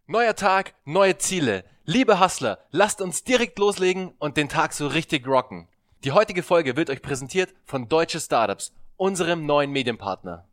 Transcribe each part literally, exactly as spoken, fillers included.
Neuer Tag, neue Ziele. Liebe Hustler, lasst uns direkt loslegen und den Tag so richtig rocken. Die heutige Folge wird euch präsentiert von Deutsche Startups, unserem neuen Medienpartner.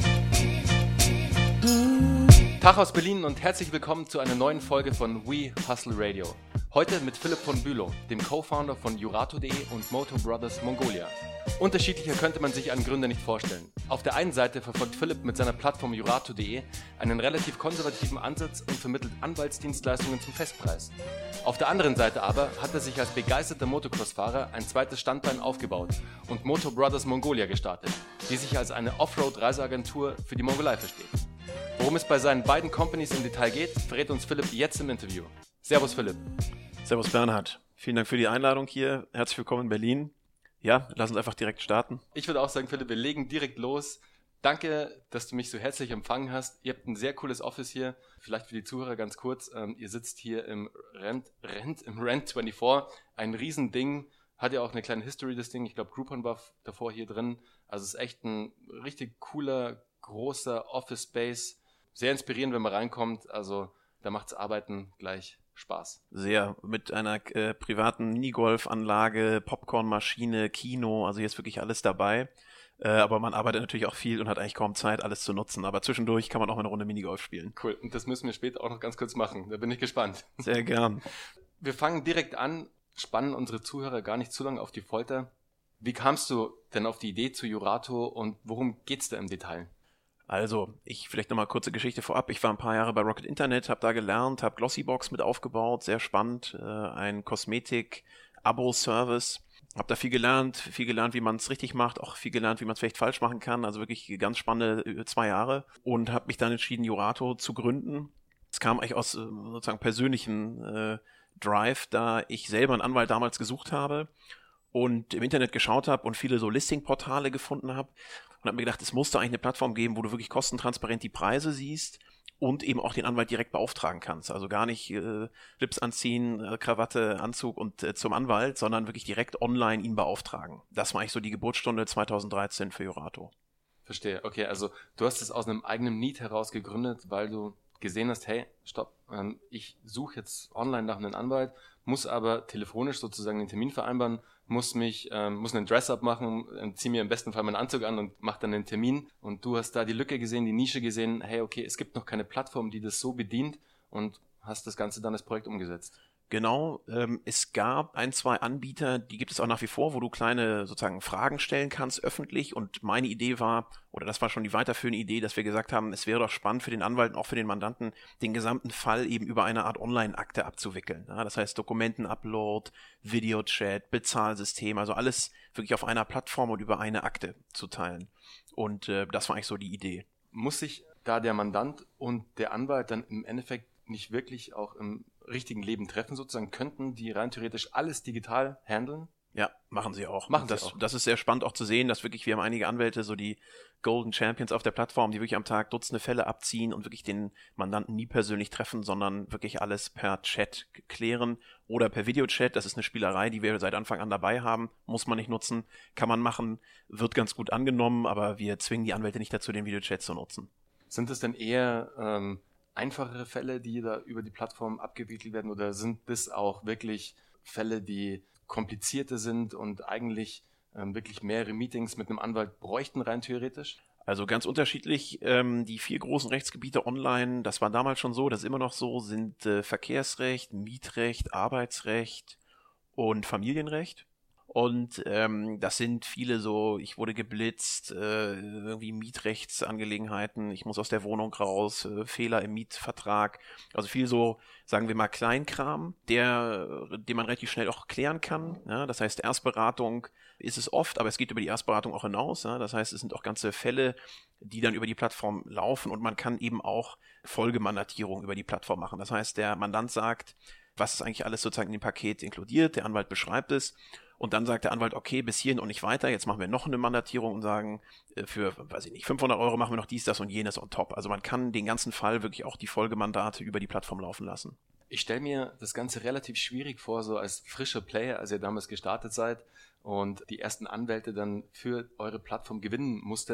Tag aus Berlin und herzlich willkommen zu einer neuen Folge von We Hustle Radio. Heute mit Philipp von Bülow, dem Co-Founder von Yourato punkt de und Moto Brothers Mongolia. Unterschiedlicher könnte man sich einen Gründer nicht vorstellen. Auf der einen Seite verfolgt Philipp mit seiner Plattform Yourato punkt de einen relativ konservativen Ansatz und vermittelt Anwaltsdienstleistungen zum Festpreis. Auf der anderen Seite aber hat er sich als begeisterter Motocross-Fahrer ein zweites Standbein aufgebaut und Moto Brothers Mongolia gestartet, die sich als eine Offroad-Reiseagentur für die Mongolei versteht. Worum es bei seinen beiden Companies im Detail geht, verrät uns Philipp jetzt im Interview. Servus Philipp. Servus Bernhard. Vielen Dank für die Einladung hier. Herzlich willkommen in Berlin. Ja, lass uns einfach direkt starten. Ich würde auch sagen, Philipp, wir legen direkt los. Danke, dass du mich so herzlich empfangen hast. Ihr habt ein sehr cooles Office hier. Vielleicht für die Zuhörer ganz kurz. Ähm, ihr sitzt hier im Rent, Rent, im Rent vierundzwanzig. Ein Riesending. Hat ja auch eine kleine History, das Ding. Ich glaube, Groupon war davor hier drin. Also es ist echt ein richtig cooler, großer Office-Space. Sehr inspirierend, wenn man reinkommt. Also da macht's Arbeiten gleich Spaß. Sehr, mit einer äh, privaten Minigolfanlage, Popcornmaschine, Kino, also hier ist wirklich alles dabei. Äh, aber man arbeitet natürlich auch viel und hat eigentlich kaum Zeit, alles zu nutzen. Aber zwischendurch kann man auch mal eine Runde Minigolf spielen. Cool, und das müssen wir später auch noch ganz kurz machen. Da bin ich gespannt. Sehr gern. Wir fangen direkt an, spannen unsere Zuhörer gar nicht zu lange auf die Folter. Wie kamst du denn auf die Idee zu Yourato und worum geht's da im Detail? Also, ich vielleicht nochmal kurze Geschichte vorab. Ich war ein paar Jahre bei Rocket Internet, habe da gelernt, habe Glossybox mit aufgebaut, sehr spannend, äh, ein Kosmetik-Abo-Service. Habe da viel gelernt, viel gelernt, wie man es richtig macht, auch viel gelernt, wie man es vielleicht falsch machen kann. Also wirklich ganz spannende zwei Jahre und habe mich dann entschieden, Yourato zu gründen. Es kam eigentlich aus äh, sozusagen persönlichen äh, Drive, da ich selber einen Anwalt damals gesucht habe und im Internet geschaut habe und viele so Listing-Portale gefunden habe. Und habe mir gedacht, es muss da eigentlich eine Plattform geben, wo du wirklich kostentransparent die Preise siehst und eben auch den Anwalt direkt beauftragen kannst. Also gar nicht äh, Lips anziehen, äh, Krawatte, Anzug und äh, zum Anwalt, sondern wirklich direkt online ihn beauftragen. Das war eigentlich so die Geburtsstunde zweitausenddreizehn für Yourato. Verstehe, okay, also du hast es aus einem eigenen Need heraus gegründet, weil du gesehen hast, hey, stopp, ähm, ich suche jetzt online nach einem Anwalt, muss aber telefonisch sozusagen den Termin vereinbaren, muss mich, ähm, muss einen Dress-Up machen, äh, zieh mir im besten Fall meinen Anzug an und mach dann einen Termin. Und du hast da die Lücke gesehen, die Nische gesehen, hey, okay, es gibt noch keine Plattform, die das so bedient und hast das Ganze dann als Projekt umgesetzt. Genau, ähm, es gab ein, zwei Anbieter, die gibt es auch nach wie vor, wo du kleine sozusagen Fragen stellen kannst öffentlich und meine Idee war, oder das war schon die weiterführende Idee, dass wir gesagt haben, es wäre doch spannend für den Anwalt und auch für den Mandanten, den gesamten Fall eben über eine Art Online-Akte abzuwickeln. Ja, das heißt Dokumenten-Upload, Videochat, Bezahlsystem, also alles wirklich auf einer Plattform und über eine Akte zu teilen. Und äh, das war eigentlich so die Idee. Muss sich da der Mandant und der Anwalt dann im Endeffekt nicht wirklich auch im richtigen Leben treffen sozusagen, könnten die rein theoretisch alles digital handeln? Ja, machen sie auch. Machen das, sie auch. Das ist sehr spannend auch zu sehen, dass wirklich, wir haben einige Anwälte, so die Golden Champions auf der Plattform, die wirklich am Tag Dutzende Fälle abziehen und wirklich den Mandanten nie persönlich treffen, sondern wirklich alles per Chat klären oder per Videochat. Das ist eine Spielerei, die wir seit Anfang an dabei haben. Muss man nicht nutzen, kann man machen, wird ganz gut angenommen, aber wir zwingen die Anwälte nicht dazu, den Videochat zu nutzen. Sind es denn eher ähm, einfachere Fälle, die da über die Plattform abgewickelt werden, oder sind das auch wirklich Fälle, die komplizierter sind und eigentlich ähm, wirklich mehrere Meetings mit einem Anwalt bräuchten, rein theoretisch? Also ganz unterschiedlich. Ähm, die vier großen Rechtsgebiete online, das war damals schon so, das ist immer noch so, sind äh, Verkehrsrecht, Mietrecht, Arbeitsrecht und Familienrecht. Und ähm, das sind viele so, ich wurde geblitzt, äh, irgendwie Mietrechtsangelegenheiten, ich muss aus der Wohnung raus, äh, Fehler im Mietvertrag. Also viel so, sagen wir mal, Kleinkram, der, den man relativ schnell auch klären kann. Ja? Das heißt, Erstberatung ist es oft, aber es geht über die Erstberatung auch hinaus. Ja? Das heißt, es sind auch ganze Fälle, die dann über die Plattform laufen und man kann eben auch Folgemandatierung über die Plattform machen. Das heißt, der Mandant sagt, was ist eigentlich alles sozusagen in dem Paket inkludiert, der Anwalt beschreibt es. Und dann sagt der Anwalt, okay, bis hierhin und nicht weiter, jetzt machen wir noch eine Mandatierung und sagen, für, weiß ich nicht, fünfhundert Euro machen wir noch dies, das und jenes on top. Also man kann den ganzen Fall wirklich auch die Folgemandate über die Plattform laufen lassen. Ich stelle mir das Ganze relativ schwierig vor, so als frischer Player, als ihr damals gestartet seid und die ersten Anwälte dann für eure Plattform gewinnen musstet.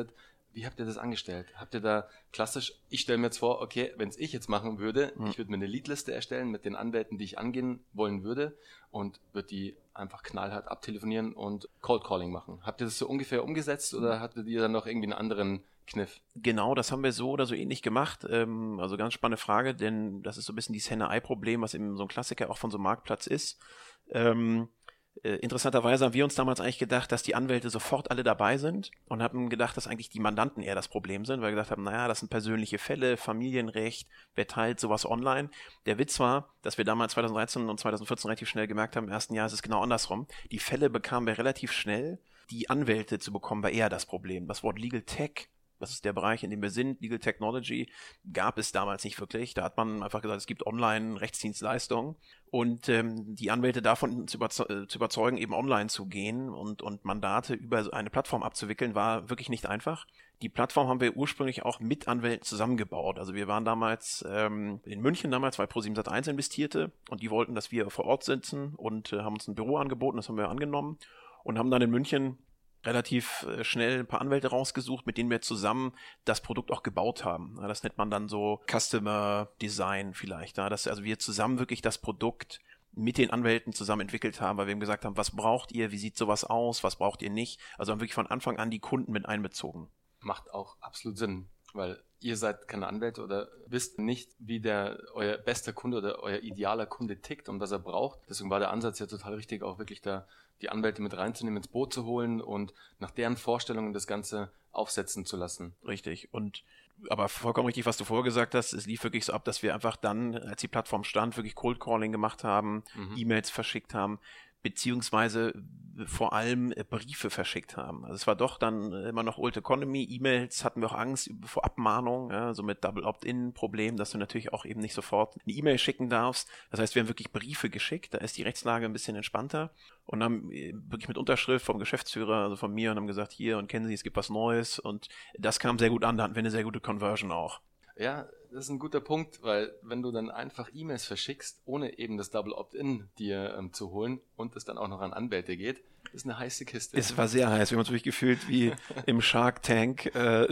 Wie habt ihr das angestellt? Habt ihr da klassisch, ich stelle mir jetzt vor, okay, wenn es ich jetzt machen würde, mhm. ich würde mir eine Leadliste erstellen mit den Anwälten, die ich angehen wollen würde und würde die einfach knallhart abtelefonieren und Cold Calling machen. Habt ihr das so ungefähr umgesetzt oder hattet ihr dann noch irgendwie einen anderen Kniff? Genau, das haben wir so oder so ähnlich gemacht. Ähm, also ganz spannende Frage, denn das ist so ein bisschen dieses Henne-Ei-Problem, was eben so ein Klassiker auch von so einem Marktplatz ist. Ähm, Äh, interessanterweise haben wir uns damals eigentlich gedacht, dass die Anwälte sofort alle dabei sind und haben gedacht, dass eigentlich die Mandanten eher das Problem sind, weil wir gedacht haben, naja, das sind persönliche Fälle, Familienrecht, wer teilt sowas online? Der Witz war, dass wir damals zweitausenddreizehn und zweitausendvierzehn relativ schnell gemerkt haben, im ersten Jahr ist es genau andersrum. Die Fälle bekamen wir relativ schnell, die Anwälte zu bekommen, war eher das Problem. Das Wort Legal Tech, das ist der Bereich, in dem wir sind, Legal Technology, gab es damals nicht wirklich. Da hat man einfach gesagt, es gibt Online-Rechtsdienstleistungen und ähm, die Anwälte davon zu, überze- zu überzeugen, eben online zu gehen und, und Mandate über eine Plattform abzuwickeln, war wirklich nicht einfach. Die Plattform haben wir ursprünglich auch mit Anwälten zusammengebaut. Also wir waren damals ähm, in München damals, weil ProSieben Sat eins investierte und die wollten, dass wir vor Ort sitzen und äh, haben uns ein Büro angeboten, das haben wir angenommen und haben dann in München relativ schnell ein paar Anwälte rausgesucht, mit denen wir zusammen das Produkt auch gebaut haben. Das nennt man dann so Customer Design vielleicht. Dass also wir zusammen wirklich das Produkt mit den Anwälten zusammen entwickelt haben, weil wir eben gesagt haben, was braucht ihr, wie sieht sowas aus, was braucht ihr nicht. Also haben wirklich von Anfang an die Kunden mit einbezogen. Macht auch absolut Sinn, weil ihr seid keine Anwälte oder wisst nicht, wie der euer bester Kunde oder euer idealer Kunde tickt und was er braucht. Deswegen war der Ansatz ja total richtig, auch wirklich da die Anwälte mit reinzunehmen, ins Boot zu holen und nach deren Vorstellungen das Ganze aufsetzen zu lassen. Richtig. Und aber vollkommen richtig, was du vorher gesagt hast, es lief wirklich so ab, dass wir einfach dann, als die Plattform stand, wirklich Cold Calling gemacht haben, mhm. E-Mails verschickt haben, beziehungsweise vor allem Briefe verschickt haben. Also es war doch dann immer noch Old Economy, E-Mails hatten wir auch Angst vor Abmahnung, ja, so mit Double Opt-in-Problem, dass du natürlich auch eben nicht sofort eine E-Mail schicken darfst. Das heißt, wir haben wirklich Briefe geschickt, da ist die Rechtslage ein bisschen entspannter und haben wirklich mit Unterschrift vom Geschäftsführer, also von mir, und haben gesagt, hier und kennen Sie, es gibt was Neues und das kam sehr gut an, da hatten wir eine sehr gute Conversion auch. Ja, das ist ein guter Punkt, weil wenn du dann einfach E-Mails verschickst, ohne eben das Double Opt-in dir ähm, zu holen und es dann auch noch an Anwälte geht, ist eine heiße Kiste. Es war sehr heiß. Wir haben uns wirklich gefühlt wie im Shark Tank, äh,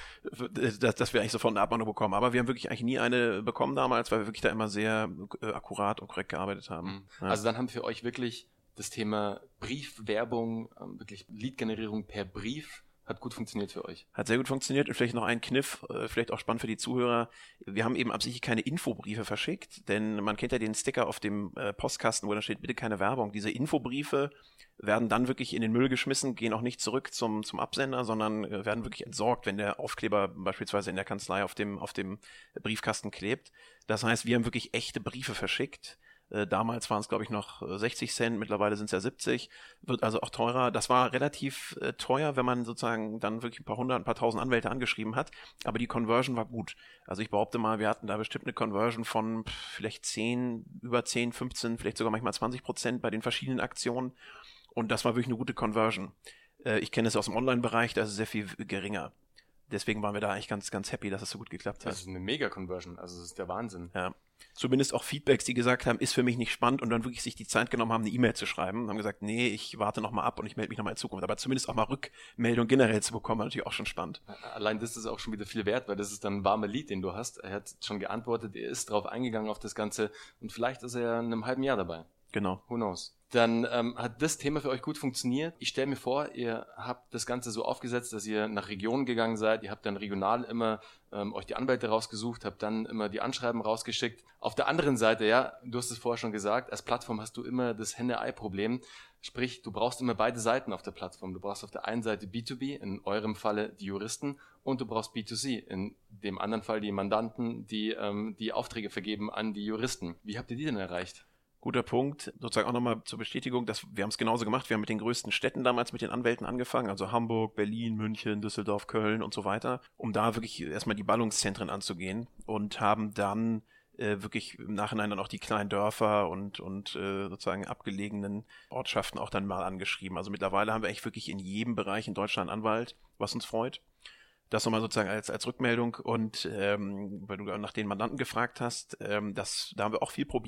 dass, dass wir eigentlich sofort eine Abmahnung bekommen. Aber wir haben wirklich eigentlich nie eine bekommen damals, weil wir wirklich da immer sehr äh, akkurat und korrekt gearbeitet haben. Mhm. Ja. Also dann haben für euch wirklich das Thema Briefwerbung, ähm, wirklich Lead-Generierung per Brief, hat gut funktioniert für euch. Hat sehr gut funktioniert und vielleicht noch ein Kniff, vielleicht auch spannend für die Zuhörer. Wir haben eben absichtlich keine Infobriefe verschickt, denn man kennt ja den Sticker auf dem Postkasten, wo da steht, bitte keine Werbung. Diese Infobriefe werden dann wirklich in den Müll geschmissen, gehen auch nicht zurück zum, zum Absender, sondern werden wirklich entsorgt, wenn der Aufkleber beispielsweise in der Kanzlei auf dem, auf dem Briefkasten klebt. Das heißt, wir haben wirklich echte Briefe verschickt. Damals waren es, glaube ich, noch sechzig Cent, mittlerweile sind es ja siebzig, wird also auch teurer. Das war relativ äh, teuer, wenn man sozusagen dann wirklich ein paar hundert, ein paar tausend Anwälte angeschrieben hat, aber die Conversion war gut. Also ich behaupte mal, wir hatten da bestimmt eine Conversion von vielleicht zehn, über zehn, fünfzehn, vielleicht sogar manchmal zwanzig Prozent bei den verschiedenen Aktionen und das war wirklich eine gute Conversion. Äh, ich kenne es aus dem Online-Bereich, da ist es sehr viel geringer. Deswegen waren wir da eigentlich ganz, ganz happy, dass es so gut geklappt hat. Das ist eine Mega-Conversion, also das ist der Wahnsinn. Ja. Zumindest auch Feedbacks, die gesagt haben, ist für mich nicht spannend und dann wirklich sich die Zeit genommen haben, eine E-Mail zu schreiben und haben gesagt, nee, ich warte nochmal ab und ich melde mich nochmal in Zukunft. Aber zumindest auch mal Rückmeldung generell zu bekommen, war natürlich auch schon spannend. Allein das ist auch schon wieder viel wert, weil das ist dann ein warmer Lied, den du hast. Er hat schon geantwortet, er ist drauf eingegangen auf das Ganze und vielleicht ist er ja in einem halben Jahr dabei. Genau. Who knows? Dann ähm, hat das Thema für euch gut funktioniert. Ich stelle mir vor, ihr habt das Ganze so aufgesetzt, dass ihr nach Regionen gegangen seid. Ihr habt dann regional immer ähm, euch die Anwälte rausgesucht, habt dann immer die Anschreiben rausgeschickt. Auf der anderen Seite, ja, du hast es vorher schon gesagt, als Plattform hast du immer das Henne-Ei-Problem. Sprich, du brauchst immer beide Seiten auf der Plattform. Du brauchst auf der einen Seite B zwei B, in eurem Falle die Juristen, und du brauchst B zwei C, in dem anderen Fall die Mandanten, die ähm, die Aufträge vergeben an die Juristen. Wie habt ihr die denn erreicht? Guter Punkt. Sozusagen auch nochmal zur Bestätigung, dass wir haben es genauso gemacht. Wir haben mit den größten Städten damals mit den Anwälten angefangen, also Hamburg, Berlin, München, Düsseldorf, Köln und so weiter, um da wirklich erstmal die Ballungszentren anzugehen und haben dann äh, wirklich im Nachhinein dann auch die kleinen Dörfer und, und äh, sozusagen abgelegenen Ortschaften auch dann mal angeschrieben. Also mittlerweile haben wir eigentlich wirklich in jedem Bereich in Deutschland einen Anwalt, was uns freut. Das nochmal sozusagen als, als Rückmeldung und ähm, weil du nach den Mandanten gefragt hast, ähm, das, da haben wir auch viel probiert.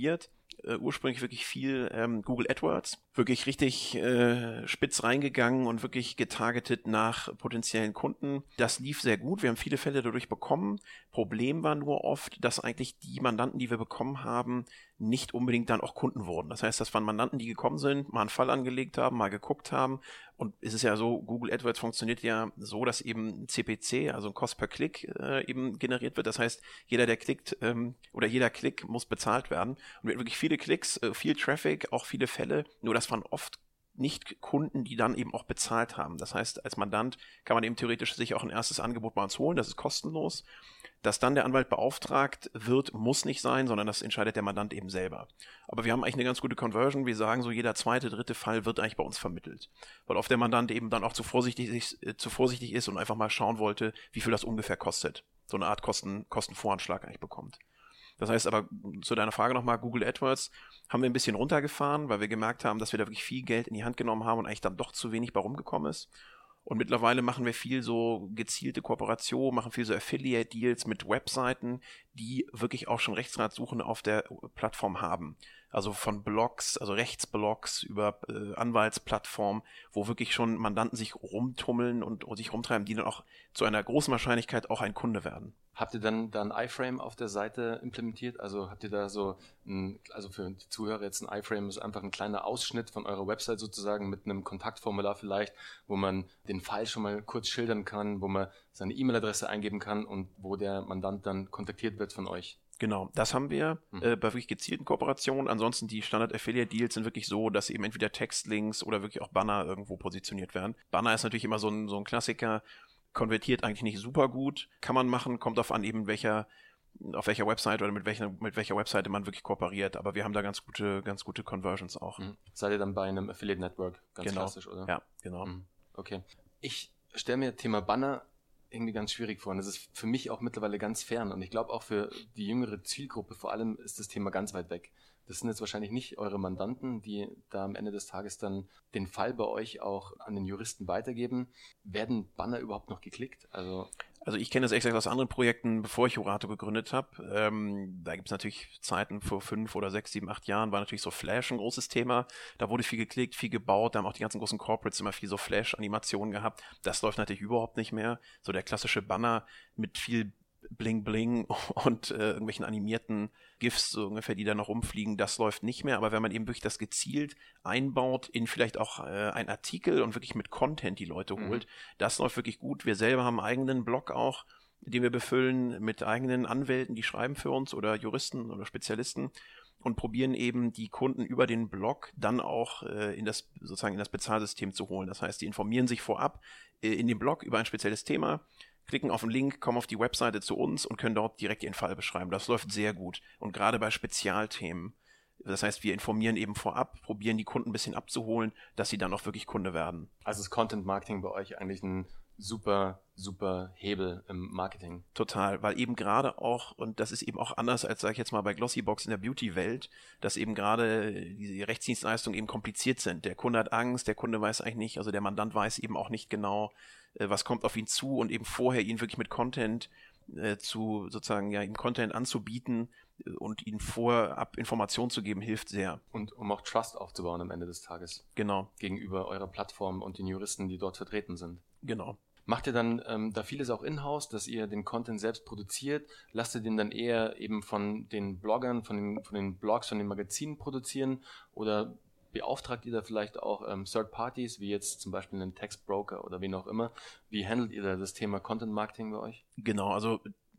äh, ursprünglich wirklich viel ähm, Google AdWords, wirklich richtig äh, spitz reingegangen und wirklich getargetet nach potenziellen Kunden. Das lief sehr gut, wir haben viele Fälle dadurch bekommen. Problem war nur oft, dass eigentlich die Mandanten, die wir bekommen haben, nicht unbedingt dann auch Kunden wurden. Das heißt, das waren Mandanten, die gekommen sind, mal einen Fall angelegt haben, mal geguckt haben. Und es ist ja so, Google AdWords funktioniert ja so, dass eben C P C, also ein Cost per Klick, äh, eben generiert wird. Das heißt, jeder, der klickt, ähm, oder jeder Klick muss bezahlt werden. Und wir hatten wirklich viele Klicks, äh, viel Traffic, auch viele Fälle. Nur das waren oft nicht Kunden, die dann eben auch bezahlt haben. Das heißt, als Mandant kann man eben theoretisch sich auch ein erstes Angebot bei uns holen, das ist kostenlos. Dass dann der Anwalt beauftragt wird, muss nicht sein, sondern das entscheidet der Mandant eben selber. Aber wir haben eigentlich eine ganz gute Conversion. Wir sagen so, jeder zweite, dritte Fall wird eigentlich bei uns vermittelt. Weil oft der Mandant eben dann auch zu vorsichtig ist, äh, zu vorsichtig ist und einfach mal schauen wollte, wie viel das ungefähr kostet. So eine Art Kosten, Kostenvoranschlag eigentlich bekommt. Das heißt aber, zu deiner Frage nochmal, Google AdWords haben wir ein bisschen runtergefahren, weil wir gemerkt haben, dass wir da wirklich viel Geld in die Hand genommen haben und eigentlich dann doch zu wenig bei rumgekommen ist. Und mittlerweile machen wir viel so gezielte Kooperation, machen viel so Affiliate-Deals mit Webseiten, die wirklich auch schon Rechtsratsuchende auf der Plattform haben. Also von Blogs, also Rechtsblogs über äh, Anwaltsplattformen, wo wirklich schon Mandanten sich rumtummeln und, und sich rumtreiben, die dann auch zu einer großen Wahrscheinlichkeit auch ein Kunde werden. Habt ihr dann da ein iFrame auf der Seite implementiert? Also habt ihr da so, ein, also für die Zuhörer jetzt ein iFrame ist einfach ein kleiner Ausschnitt von eurer Website sozusagen mit einem Kontaktformular vielleicht, wo man den Fall schon mal kurz schildern kann, wo man seine E-Mail-Adresse eingeben kann und wo der Mandant dann kontaktiert wird von euch. Genau, das haben wir Mhm. äh, bei wirklich gezielten Kooperationen. Ansonsten die Standard-Affiliate-Deals sind wirklich so, dass eben entweder Textlinks oder wirklich auch Banner irgendwo positioniert werden. Banner ist natürlich immer so ein, so ein Klassiker, konvertiert eigentlich nicht super gut, kann man machen, kommt auf an eben welcher, auf welcher Website oder mit welcher, mit welcher Webseite man wirklich kooperiert, aber wir haben da ganz gute, ganz gute Conversions auch. Mhm. Seid ihr dann bei einem Affiliate Network, ganz Genau. klassisch, oder? Ja, genau. Mhm. Okay. Ich stelle mir Thema Banner irgendwie ganz schwierig vor. Und das ist für mich auch mittlerweile ganz fern. Und ich glaube auch für die jüngere Zielgruppe vor allem ist das Thema ganz weit weg. Das sind jetzt wahrscheinlich nicht eure Mandanten, die da am Ende des Tages dann den Fall bei euch auch an den Juristen weitergeben. Werden Banner überhaupt noch geklickt? Also Also ich kenne das exakt aus anderen Projekten, bevor ich Jurato gegründet habe. Ähm, da gibt es natürlich Zeiten vor fünf oder sechs, sieben, acht Jahren war natürlich so Flash ein großes Thema. Da wurde viel geklickt, viel gebaut. Da haben auch die ganzen großen Corporates immer viel so Flash-Animationen gehabt. Das läuft natürlich überhaupt nicht mehr. So der klassische Banner mit viel Bling Bling und äh, irgendwelchen animierten GIFs, so ungefähr, die da noch rumfliegen, das läuft nicht mehr. Aber wenn man eben wirklich das gezielt einbaut in vielleicht auch äh, einen Artikel und wirklich mit Content die Leute holt, mhm. das läuft wirklich gut. Wir selber haben einen eigenen Blog auch, den wir befüllen mit eigenen Anwälten, die schreiben für uns oder Juristen oder Spezialisten und probieren eben die Kunden über den Blog dann auch äh, in das sozusagen in das Bezahlsystem zu holen. Das heißt, die informieren sich vorab äh, in dem Blog über ein spezielles Thema, klicken auf den Link, kommen auf die Webseite zu uns und können dort direkt ihren Fall beschreiben. Das läuft sehr gut. Und gerade bei Spezialthemen. Das heißt, wir informieren eben vorab, probieren die Kunden ein bisschen abzuholen, dass sie dann auch wirklich Kunde werden. Also ist Content Marketing bei euch eigentlich ein super, super Hebel im Marketing. Total, weil eben gerade auch, und das ist eben auch anders als, sage ich jetzt mal, bei Glossybox in der Beauty-Welt, dass eben gerade diese Rechtsdienstleistungen eben kompliziert sind. Der Kunde hat Angst, der Kunde weiß eigentlich nicht, also der Mandant weiß eben auch nicht genau, was kommt auf ihn zu und eben vorher ihn wirklich mit Content äh, zu, sozusagen, ja, ihm Content anzubieten und ihnen vorab Informationen zu geben, hilft sehr. Und um auch Trust aufzubauen am Ende des Tages. Genau. Gegenüber eurer Plattform und den Juristen, die dort vertreten sind. Genau. Macht ihr dann ähm, da vieles auch in-house, dass ihr den Content selbst produziert? Lasst ihr den dann eher eben von den Bloggern, von den, von den Blogs, von den Magazinen produzieren? Oder beauftragt ihr da vielleicht auch ähm, Third Parties, wie jetzt zum Beispiel einen Textbroker oder wen auch immer? Wie handelt ihr da das Thema Content Marketing bei euch? Genau, also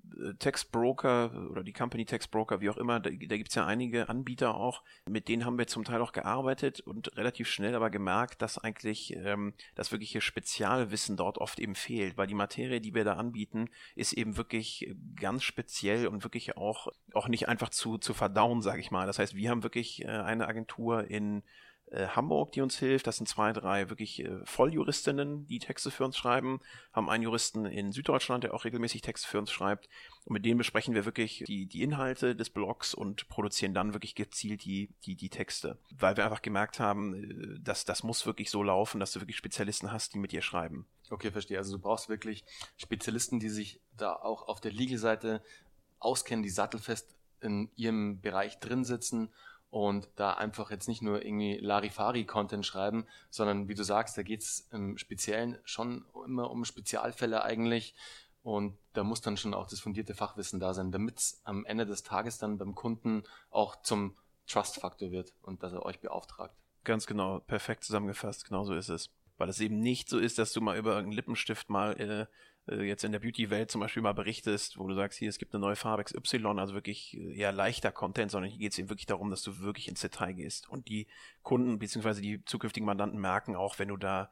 Textbroker oder die Company Textbroker, wie auch immer, da, da gibt es ja einige Anbieter auch, mit denen haben wir zum Teil auch gearbeitet und relativ schnell aber gemerkt, dass eigentlich ähm, das wirkliche Spezialwissen dort oft eben fehlt, weil die Materie, die wir da anbieten, ist eben wirklich ganz speziell und wirklich auch, auch nicht einfach zu, zu verdauen, sage ich mal. Das heißt, wir haben wirklich äh, eine Agentur in Hamburg, die uns hilft. Das sind zwei, drei wirklich äh, Volljuristinnen, die Texte für uns schreiben. Haben einen Juristen in Süddeutschland, der auch regelmäßig Texte für uns schreibt. Und mit denen besprechen wir wirklich die, die Inhalte des Blogs und produzieren dann wirklich gezielt die, die, die Texte. Weil wir einfach gemerkt haben, dass das muss wirklich so laufen, dass du wirklich Spezialisten hast, die mit dir schreiben. Okay, verstehe. Also du brauchst wirklich Spezialisten, die sich da auch auf der Legal-Seite auskennen, die sattelfest in ihrem Bereich drin sitzen und da einfach jetzt nicht nur irgendwie Larifari-Content schreiben, sondern wie du sagst, da geht es im Speziellen schon immer um Spezialfälle eigentlich und da muss dann schon auch das fundierte Fachwissen da sein, damit es am Ende des Tages dann beim Kunden auch zum Trust-Faktor wird und dass er euch beauftragt. Ganz genau, perfekt zusammengefasst, genau so ist es. Weil es eben nicht so ist, dass du mal über irgendeinen Lippenstift mal äh, jetzt in der Beauty-Welt zum Beispiel mal berichtest, wo du sagst, hier, es gibt eine neue Farbe X Y, also wirklich eher leichter Content, sondern hier geht es eben wirklich darum, dass du wirklich ins Detail gehst. Und die Kunden bzw. die zukünftigen Mandanten merken auch, wenn du da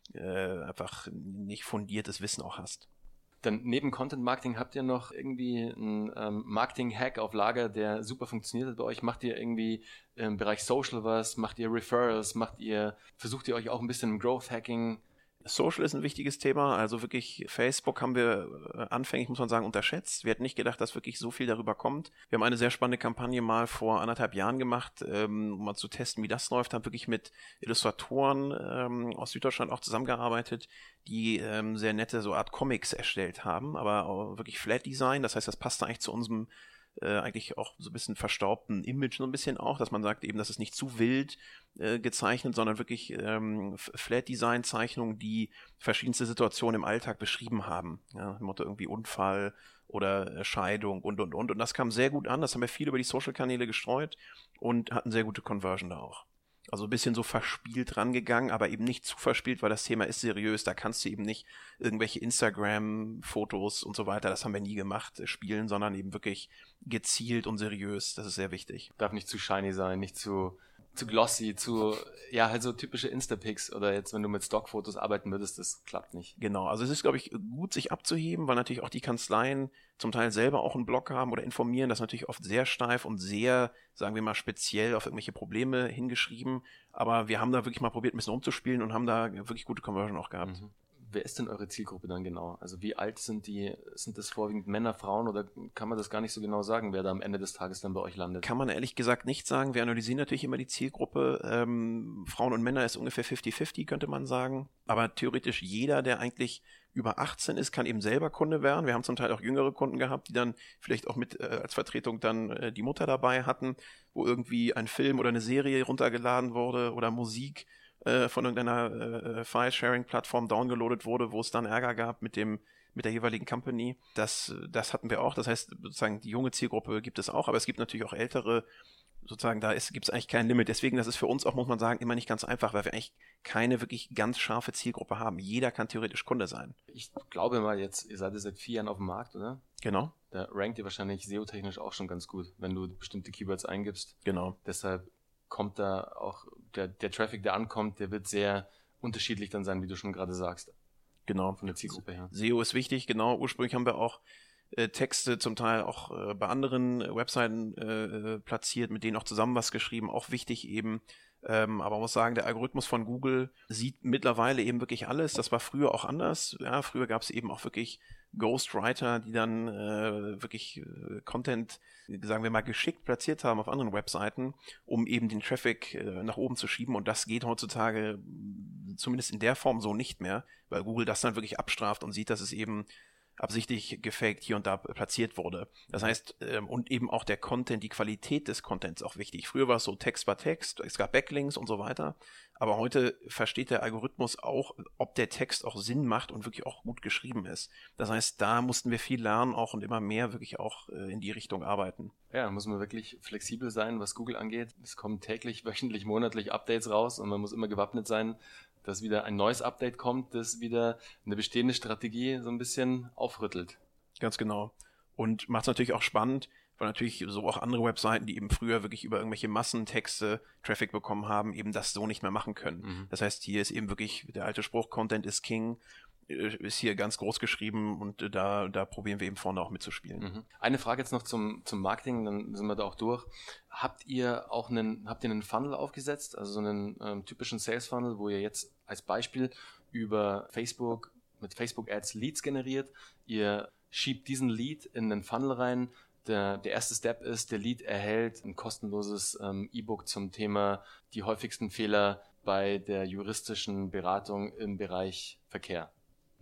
äh, einfach nicht fundiertes Wissen auch hast. Dann neben Content Marketing habt ihr noch irgendwie einen ähm, Marketing-Hack auf Lager, der super funktioniert hat bei euch? Macht ihr irgendwie im Bereich Social was? Macht ihr Referrals? Macht ihr, versucht ihr euch auch ein bisschen im Growth-Hacking? Social ist ein wichtiges Thema, also wirklich Facebook haben wir anfänglich, muss man sagen, unterschätzt. Wir hätten nicht gedacht, dass wirklich so viel darüber kommt. Wir haben eine sehr spannende Kampagne mal vor anderthalb Jahren gemacht, um mal zu testen, wie das läuft. Haben wirklich mit Illustratoren ähm, aus Süddeutschland auch zusammengearbeitet, die ähm, sehr nette so Art Comics erstellt haben, aber auch wirklich Flat Design. Das heißt, das passt eigentlich zu unserem Äh, eigentlich auch so ein bisschen verstaubten Image so ein bisschen auch, dass man sagt eben, das ist nicht zu wild äh, gezeichnet, sondern wirklich ähm, Flat-Design-Zeichnungen, die verschiedenste Situationen im Alltag beschrieben haben. Ja, im Motto irgendwie Unfall oder äh, Scheidung und, und, und. Und das kam sehr gut an, das haben wir viel über die Social-Kanäle gestreut und hatten sehr gute Conversion da auch. Also ein bisschen so verspielt rangegangen, aber eben nicht zu verspielt, weil das Thema ist seriös. Da kannst du eben nicht irgendwelche Instagram-Fotos und so weiter, das haben wir nie gemacht, spielen, sondern eben wirklich gezielt und seriös. Das ist sehr wichtig. Darf nicht zu shiny sein, nicht zu, zu glossy, zu, ja, halt so typische Insta-Pics oder jetzt, wenn du mit Stockfotos arbeiten würdest, das klappt nicht. Genau, also es ist, glaube ich, gut, sich abzuheben, weil natürlich auch die Kanzleien zum Teil selber auch einen Blog haben oder informieren, das ist natürlich oft sehr steif und sehr, sagen wir mal, speziell auf irgendwelche Probleme hingeschrieben, aber wir haben da wirklich mal probiert, ein bisschen umzuspielen und haben da wirklich gute Conversion auch gehabt. Mhm. Wer ist denn eure Zielgruppe dann genau? Also wie alt sind die, sind das vorwiegend Männer, Frauen oder kann man das gar nicht so genau sagen, wer da am Ende des Tages dann bei euch landet? Kann man ehrlich gesagt nicht sagen. Wir analysieren natürlich immer die Zielgruppe. Ähm, Frauen und Männer ist ungefähr fünfzig fünfzig, könnte man sagen. Aber theoretisch jeder, der eigentlich über achtzehn ist, kann eben selber Kunde werden. Wir haben zum Teil auch jüngere Kunden gehabt, die dann vielleicht auch mit äh, als Vertretung dann äh, die Mutter dabei hatten, wo irgendwie ein Film oder eine Serie runtergeladen wurde oder Musik von irgendeiner äh, File-Sharing-Plattform downgeloadet wurde, wo es dann Ärger gab mit dem mit der jeweiligen Company. Das, das hatten wir auch. Das heißt, sozusagen die junge Zielgruppe gibt es auch, aber es gibt natürlich auch ältere, sozusagen da gibt es eigentlich kein Limit. Deswegen, das ist für uns auch, muss man sagen, immer nicht ganz einfach, weil wir eigentlich keine wirklich ganz scharfe Zielgruppe haben. Jeder kann theoretisch Kunde sein. Ich glaube mal jetzt, ihr seid seit vier Jahren auf dem Markt, oder? Genau. Da rankt ihr wahrscheinlich S E O-technisch auch schon ganz gut, wenn du bestimmte Keywords eingibst. Genau. Deshalb kommt da auch der, der Traffic, der ankommt, der wird sehr unterschiedlich dann sein, wie du schon gerade sagst. Genau. Von der Zielgruppe her. S E O ist wichtig, genau. Ursprünglich haben wir auch äh, Texte zum Teil auch äh, bei anderen äh, Webseiten äh, platziert, mit denen auch zusammen was geschrieben, auch wichtig eben. Ähm, aber man muss sagen, der Algorithmus von Google sieht mittlerweile eben wirklich alles. Das war früher auch anders. Ja, früher gab es eben auch wirklich Ghostwriter, die dann äh, wirklich äh, Content, sagen wir mal, geschickt platziert haben auf anderen Webseiten, um eben den Traffic äh, nach oben zu schieben. Und das geht heutzutage zumindest in der Form so nicht mehr, weil Google das dann wirklich abstraft und sieht, dass es eben absichtlich gefaked hier und da platziert wurde. Das heißt, ähm, und eben auch der Content, die Qualität des Contents auch wichtig. Früher war es so, Text war Text, es gab Backlinks und so weiter, aber heute versteht der Algorithmus auch, ob der Text auch Sinn macht und wirklich auch gut geschrieben ist. Das heißt, da mussten wir viel lernen auch und immer mehr wirklich auch äh, in die Richtung arbeiten. Ja, da muss man wirklich flexibel sein, was Google angeht. Es kommen täglich, wöchentlich, monatlich Updates raus und man muss immer gewappnet sein, dass wieder ein neues Update kommt, das wieder eine bestehende Strategie so ein bisschen aufrüttelt. Ganz genau. Und macht es natürlich auch spannend, weil natürlich so auch andere Webseiten, die eben früher wirklich über irgendwelche Massentexte Traffic bekommen haben, eben das so nicht mehr machen können. Mhm. Das heißt, hier ist eben wirklich der alte Spruch, Content is King, ist hier ganz groß geschrieben und da, da probieren wir eben vorne auch mitzuspielen. Mhm. Eine Frage jetzt noch zum, zum Marketing, dann sind wir da auch durch. Habt ihr auch einen, habt ihr einen Funnel aufgesetzt, also so einen ähm, typischen Sales Funnel, wo ihr jetzt als Beispiel über Facebook, mit Facebook Ads Leads generiert, ihr schiebt diesen Lead in den Funnel rein, der, der erste Step ist, der Lead erhält ein kostenloses ähm, E-Book zum Thema die häufigsten Fehler bei der juristischen Beratung im Bereich Verkehr.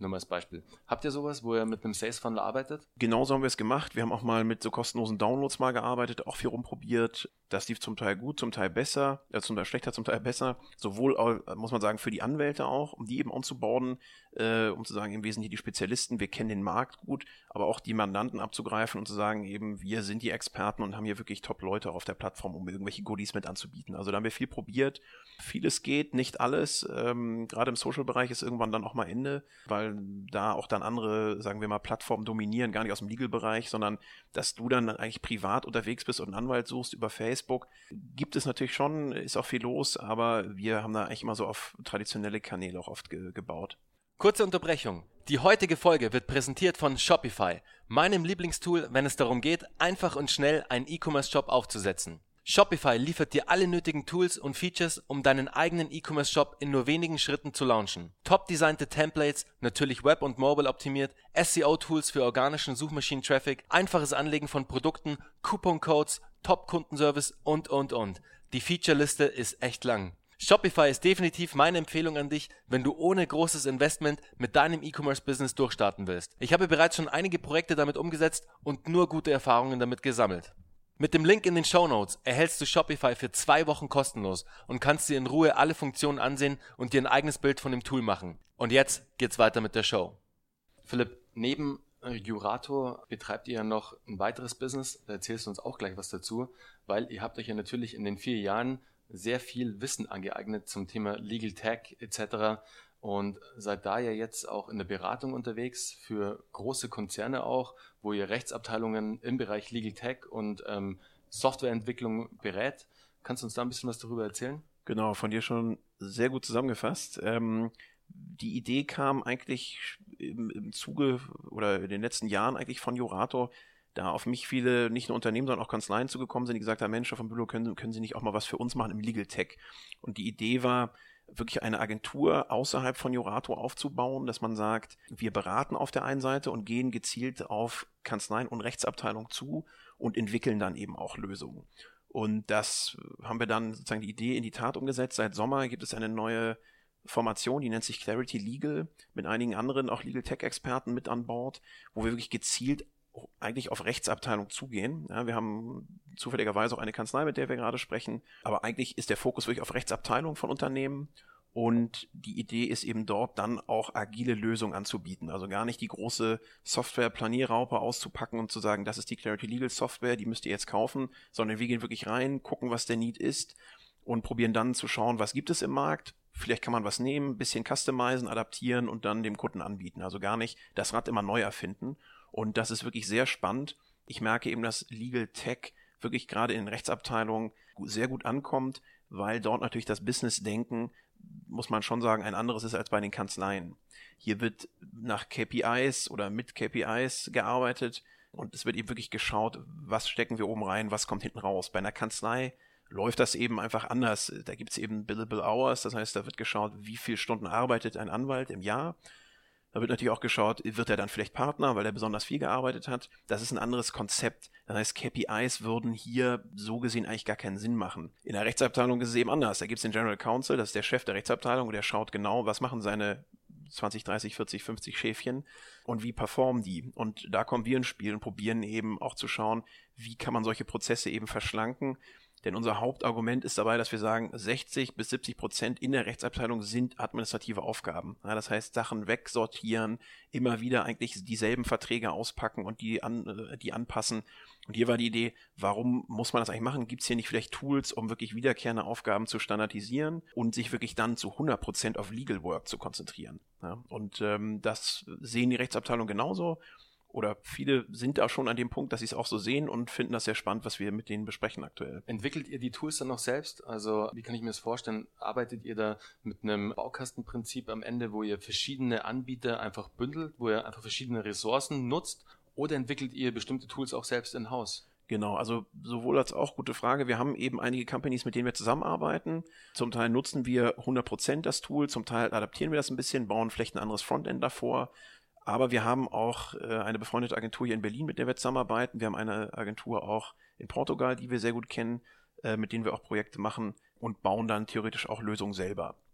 Nur mal als Beispiel. Habt ihr sowas, wo ihr mit einem Sales Funnel arbeitet? Genauso haben wir es gemacht. Wir haben auch mal mit so kostenlosen Downloads mal gearbeitet, auch viel rumprobiert. Das lief zum Teil gut, zum Teil besser, äh, zum Teil schlechter, zum Teil besser. Sowohl, äh, muss man sagen, für die Anwälte auch, um die eben onzuboarden, äh, um zu sagen, im Wesentlichen die Spezialisten, wir kennen den Markt gut, aber auch die Mandanten abzugreifen und zu sagen, eben, wir sind die Experten und haben hier wirklich Top-Leute auf der Plattform, um irgendwelche Goodies mit anzubieten. Also da haben wir viel probiert. Vieles geht, nicht alles. Ähm, gerade im Social-Bereich ist irgendwann dann auch mal Ende, weil da auch dann andere, sagen wir mal, Plattformen dominieren, gar nicht aus dem Legal-Bereich, sondern dass du dann eigentlich privat unterwegs bist und einen Anwalt suchst über Facebook. Gibt es natürlich schon, ist auch viel los, aber wir haben da eigentlich immer so auf traditionelle Kanäle auch oft ge- gebaut. Kurze Unterbrechung. Die heutige Folge wird präsentiert von Shopify, meinem Lieblingstool, wenn es darum geht, einfach und schnell einen E-Commerce-Shop aufzusetzen. Shopify liefert dir alle nötigen Tools und Features, um deinen eigenen E-Commerce-Shop in nur wenigen Schritten zu launchen. Top-designte Templates, natürlich Web- und Mobile optimiert, S E O-Tools für organischen Suchmaschinen-Traffic, einfaches Anlegen von Produkten, Coupon-Codes, Top-Kundenservice und, und, und. Die Feature-Liste ist echt lang. Shopify ist definitiv meine Empfehlung an dich, wenn du ohne großes Investment mit deinem E-Commerce-Business durchstarten willst. Ich habe bereits schon einige Projekte damit umgesetzt und nur gute Erfahrungen damit gesammelt. Mit dem Link in den Shownotes erhältst du Shopify für zwei Wochen kostenlos und kannst dir in Ruhe alle Funktionen ansehen und dir ein eigenes Bild von dem Tool machen. Und jetzt geht's weiter mit der Show. Philipp, neben Jurato betreibt ihr ja noch ein weiteres Business, da erzählst du uns auch gleich was dazu, weil ihr habt euch ja natürlich in den vier Jahren sehr viel Wissen angeeignet zum Thema Legal Tech et cetera und seid da ja jetzt auch in der Beratung unterwegs für große Konzerne auch, wo ihr Rechtsabteilungen im Bereich Legal Tech und ähm, Softwareentwicklung berät. Kannst du uns da ein bisschen was darüber erzählen? Genau, von dir schon sehr gut zusammengefasst. Ähm, die Idee kam eigentlich im, im Zuge oder in den letzten Jahren eigentlich von Jurato, da auf mich viele, nicht nur Unternehmen, sondern auch Kanzleien zugekommen sind, die gesagt haben, Mensch, Herr von Bülow, können, können Sie nicht auch mal was für uns machen im Legal Tech? Und die Idee war, wirklich eine Agentur außerhalb von Jurato aufzubauen, dass man sagt, wir beraten auf der einen Seite und gehen gezielt auf Kanzleien und Rechtsabteilungen zu und entwickeln dann eben auch Lösungen. Und das haben wir dann sozusagen die Idee in die Tat umgesetzt. Seit Sommer gibt es eine neue Formation, die nennt sich Clarity Legal, mit einigen anderen auch Legal Tech Experten mit an Bord, wo wir wirklich gezielt eigentlich auf Rechtsabteilung zugehen. Ja, wir haben zufälligerweise auch eine Kanzlei, mit der wir gerade sprechen, aber eigentlich ist der Fokus wirklich auf Rechtsabteilung von Unternehmen und die Idee ist eben dort dann auch agile Lösungen anzubieten, also gar nicht die große Software-Planierraupe auszupacken und zu sagen, das ist die Clarity Legal Software, die müsst ihr jetzt kaufen, sondern wir gehen wirklich rein, gucken, was der Need ist und probieren dann zu schauen, was gibt es im Markt. Vielleicht kann man was nehmen, ein bisschen customizen, adaptieren und dann dem Kunden anbieten. Also gar nicht das Rad immer neu erfinden. Und das ist wirklich sehr spannend. Ich merke eben, dass Legal Tech wirklich gerade in Rechtsabteilungen sehr gut ankommt, weil dort natürlich das Business-Denken, muss man schon sagen, ein anderes ist als bei den Kanzleien. Hier wird nach K P Is oder mit K P Is gearbeitet und es wird eben wirklich geschaut, was stecken wir oben rein, was kommt hinten raus. Bei einer Kanzlei läuft das eben einfach anders. Da gibt es eben Billable Hours, das heißt, da wird geschaut, wie viele Stunden arbeitet ein Anwalt im Jahr. Da wird natürlich auch geschaut, wird er dann vielleicht Partner, weil er besonders viel gearbeitet hat. Das ist ein anderes Konzept. Das heißt, K P Is würden hier so gesehen eigentlich gar keinen Sinn machen. In der Rechtsabteilung ist es eben anders. Da gibt es den General Counsel, das ist der Chef der Rechtsabteilung und der schaut genau, was machen seine zwanzig, dreißig, vierzig, fünfzig Schäfchen und wie performen die. Und da kommen wir ins Spiel und probieren eben auch zu schauen, wie kann man solche Prozesse eben verschlanken. Denn unser Hauptargument ist dabei, dass wir sagen, sechzig bis siebzig Prozent in der Rechtsabteilung sind administrative Aufgaben. Ja, das heißt, Sachen wegsortieren, immer wieder eigentlich dieselben Verträge auspacken und die, an, die anpassen. Und hier war die Idee, warum muss man das eigentlich machen? Gibt es hier nicht vielleicht Tools, um wirklich wiederkehrende Aufgaben zu standardisieren und sich wirklich dann zu hundert Prozent auf Legal Work zu konzentrieren? Ja, und ähm, das sehen die Rechtsabteilung genauso. Oder viele sind da schon an dem Punkt, dass sie es auch so sehen und finden das sehr spannend, was wir mit denen besprechen aktuell. Entwickelt ihr die Tools dann noch selbst? Also wie kann ich mir das vorstellen? Arbeitet ihr da mit einem Baukastenprinzip am Ende, wo ihr verschiedene Anbieter einfach bündelt, wo ihr einfach verschiedene Ressourcen nutzt? Oder entwickelt ihr bestimmte Tools auch selbst in-house? Genau, also sowohl als auch, gute Frage. Wir haben eben einige Companies, mit denen wir zusammenarbeiten. Zum Teil nutzen wir hundert Prozent das Tool, zum Teil adaptieren wir das ein bisschen, bauen vielleicht ein anderes Frontend davor. Aber wir haben auch äh, eine befreundete Agentur hier in Berlin, mit der wir zusammenarbeiten. Wir haben eine Agentur auch in Portugal, die wir sehr gut kennen, äh, mit denen wir auch Projekte machen und bauen dann theoretisch auch Lösungen selber.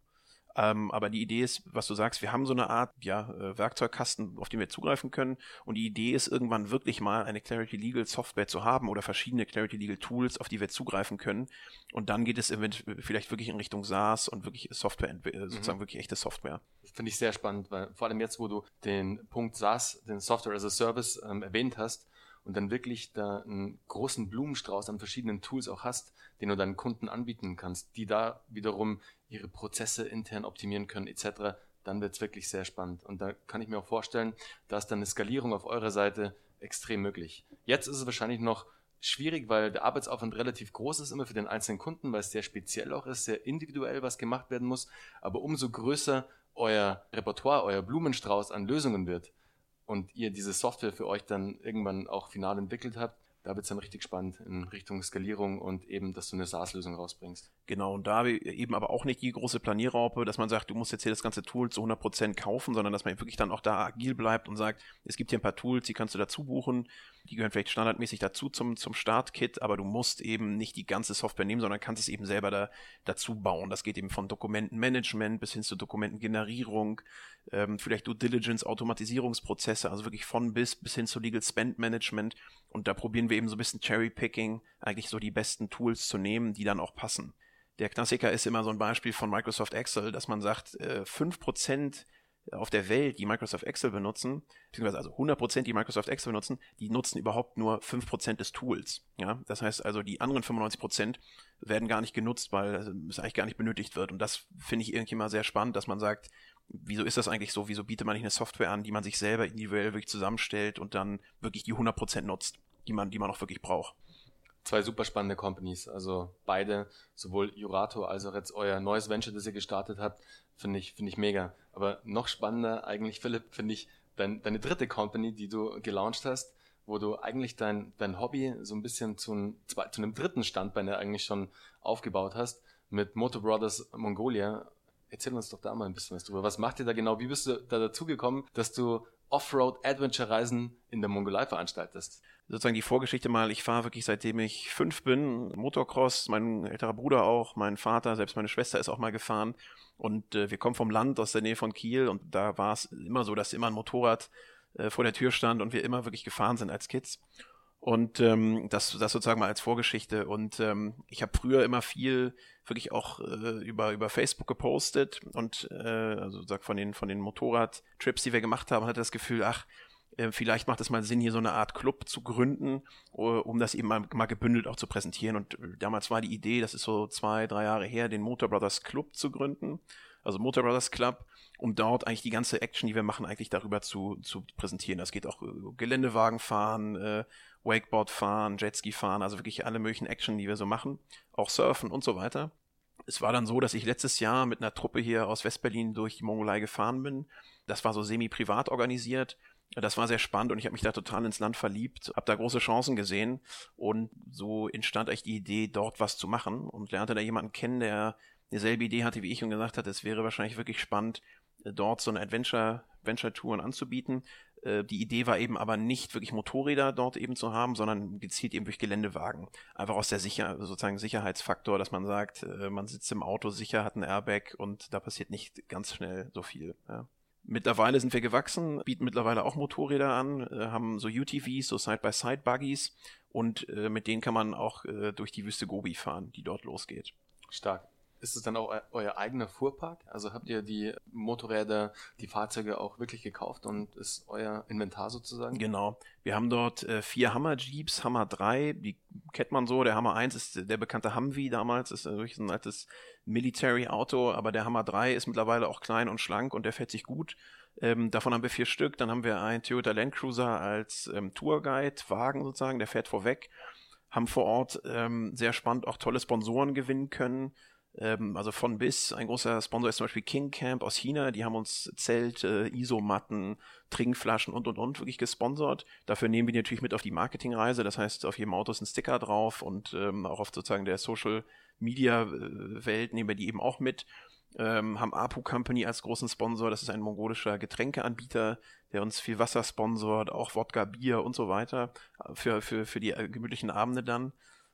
Ähm, aber die Idee ist, was du sagst, wir haben so eine Art ja, äh, Werkzeugkasten, auf den wir zugreifen können. Und die Idee ist, irgendwann wirklich mal eine Clarity Legal Software zu haben oder verschiedene Clarity Legal Tools, auf die wir zugreifen können. Und dann geht es vielleicht wirklich in Richtung SaaS und wirklich Software, sozusagen mhm. wirklich echte Software. Das finde ich sehr spannend, weil vor allem jetzt, wo du den Punkt SaaS, den Software as a Service, ähm, erwähnt hast, und dann wirklich da einen großen Blumenstrauß an verschiedenen Tools auch hast, den du deinen Kunden anbieten kannst, die da wiederum ihre Prozesse intern optimieren können et cetera, dann wird es wirklich sehr spannend. Und da kann ich mir auch vorstellen, da ist dann eine Skalierung auf eurer Seite extrem möglich. Jetzt ist es wahrscheinlich noch schwierig, weil der Arbeitsaufwand relativ groß ist immer für den einzelnen Kunden, weil es sehr speziell auch ist, sehr individuell was gemacht werden muss. Aber umso größer euer Repertoire, euer Blumenstrauß an Lösungen wird, und ihr diese Software für euch dann irgendwann auch final entwickelt habt, da wird es dann richtig spannend in Richtung Skalierung und eben, dass du eine SaaS-Lösung rausbringst. Genau, und da eben aber auch nicht die große Planierraupe, dass man sagt, du musst jetzt hier das ganze Tool zu hundert Prozent kaufen, sondern dass man wirklich dann auch da agil bleibt und sagt, es gibt hier ein paar Tools, die kannst du dazu buchen, die gehören vielleicht standardmäßig dazu zum, zum Startkit, aber du musst eben nicht die ganze Software nehmen, sondern kannst es eben selber da, dazu bauen. Das geht eben von Dokumentenmanagement bis hin zur Dokumentengenerierung, ähm, vielleicht Due Diligence, Automatisierungsprozesse, also wirklich von bis bis hin zu Legal Spend Management. Und da probieren wir eben so ein bisschen Cherry-Picking, eigentlich so die besten Tools zu nehmen, die dann auch passen. Der Klassiker ist immer so ein Beispiel von Microsoft Excel, dass man sagt, äh, fünf Prozent auf der Welt, die Microsoft Excel benutzen, beziehungsweise also hundert Prozent, die Microsoft Excel benutzen, die nutzen überhaupt nur fünf Prozent des Tools. Ja? Das heißt also, die anderen fünfundneunzig Prozent werden gar nicht genutzt, weil es eigentlich gar nicht benötigt wird. Und das finde ich irgendwie mal sehr spannend, dass man sagt, wieso ist das eigentlich so? Wieso bietet man nicht eine Software an, die man sich selber individuell wirklich zusammenstellt und dann wirklich die hundert Prozent nutzt, die man, die man auch wirklich braucht? Zwei super spannende Companies, also beide, sowohl Jurato als auch jetzt euer neues Venture, das ihr gestartet habt, finde ich, finde ich mega. Aber noch spannender eigentlich, Philipp, finde ich dein, deine dritte Company, die du gelauncht hast, wo du eigentlich dein, dein Hobby so ein bisschen zu, ein, zu einem dritten Standbein eigentlich schon aufgebaut hast, mit Moto Brothers Mongolia. Erzähl uns doch da mal ein bisschen was drüber. Was macht ihr da genau? Wie bist du da dazu gekommen, dass du Offroad-Adventure-Reisen in der Mongolei veranstaltest? Sozusagen die Vorgeschichte mal, ich fahre wirklich seitdem ich fünf bin, Motocross, mein älterer Bruder auch, mein Vater, selbst meine Schwester ist auch mal gefahren und äh, wir kommen vom Land aus der Nähe von Kiel und da war es immer so, dass immer ein Motorrad äh, vor der Tür stand und wir immer wirklich gefahren sind als Kids. Und ähm, das, das sozusagen mal als Vorgeschichte. Und ähm, ich habe früher immer viel wirklich auch äh, über über Facebook gepostet und äh, also sag von den von den Motorradtrips, die wir gemacht haben, hatte das Gefühl, ach, äh, vielleicht macht es mal Sinn, hier so eine Art Club zu gründen, uh, um das eben mal, mal gebündelt auch zu präsentieren. Und äh, damals war die Idee, das ist so zwei, drei Jahre her, den Motor Brothers Club zu gründen. Also Motor Brothers Club, um dort eigentlich die ganze Action, die wir machen, eigentlich darüber zu, zu präsentieren. Das geht auch äh, Geländewagen fahren, äh, Wakeboard fahren, Jetski fahren, also wirklich alle möglichen Action, die wir so machen, auch Surfen und so weiter. Es war dann so, dass ich letztes Jahr mit einer Truppe hier aus Westberlin durch die Mongolei gefahren bin. Das war so semi-privat organisiert. Das war sehr spannend und ich habe mich da total ins Land verliebt, habe da große Chancen gesehen und so entstand eigentlich die Idee, dort was zu machen und lernte da jemanden kennen, der dieselbe Idee hatte wie ich und gesagt hat, es wäre wahrscheinlich wirklich spannend, dort so eine Adventure, Adventure-Touren anzubieten. Die Idee war eben aber nicht wirklich Motorräder dort eben zu haben, sondern gezielt eben durch Geländewagen. Einfach aus der Sicher- sozusagen Sicherheitsfaktor, dass man sagt, man sitzt im Auto sicher, hat ein Airbag und da passiert nicht ganz schnell so viel. Ja. Mittlerweile sind wir gewachsen, bieten mittlerweile auch Motorräder an, haben so U T Vs, so Side-by-Side-Buggies und mit denen kann man auch durch die Wüste Gobi fahren, die dort losgeht. Stark. Ist es dann auch euer eigener Fuhrpark? Also habt ihr die Motorräder, die Fahrzeuge auch wirklich gekauft und ist euer Inventar sozusagen? Genau. Wir haben dort äh, vier Hammer-Jeeps, Hammer drei, die kennt man so. Der Hammer eins ist der bekannte Humvee damals, ist wirklich ein altes Military-Auto, aber der Hammer drei ist mittlerweile auch klein und schlank und der fährt sich gut. Ähm, davon haben wir vier Stück. Dann haben wir einen Toyota Land Cruiser als ähm, Tourguide-Wagen sozusagen, der fährt vorweg. Haben vor Ort ähm, sehr spannend auch tolle Sponsoren gewinnen können. Also von bis, ein großer Sponsor ist zum Beispiel King Camp aus China, die haben uns Zelte, Isomatten, Trinkflaschen und und und wirklich gesponsert. Dafür nehmen wir die natürlich mit auf die Marketingreise, das heißt auf jedem Auto ist ein Sticker drauf und ähm, auch auf sozusagen der Social Media Welt nehmen wir die eben auch mit. Ähm, haben Apu Company als großen Sponsor, das ist ein mongolischer Getränkeanbieter, der uns viel Wasser sponsort, auch Wodka, Bier und so weiter für, für, für die gemütlichen Abende dann.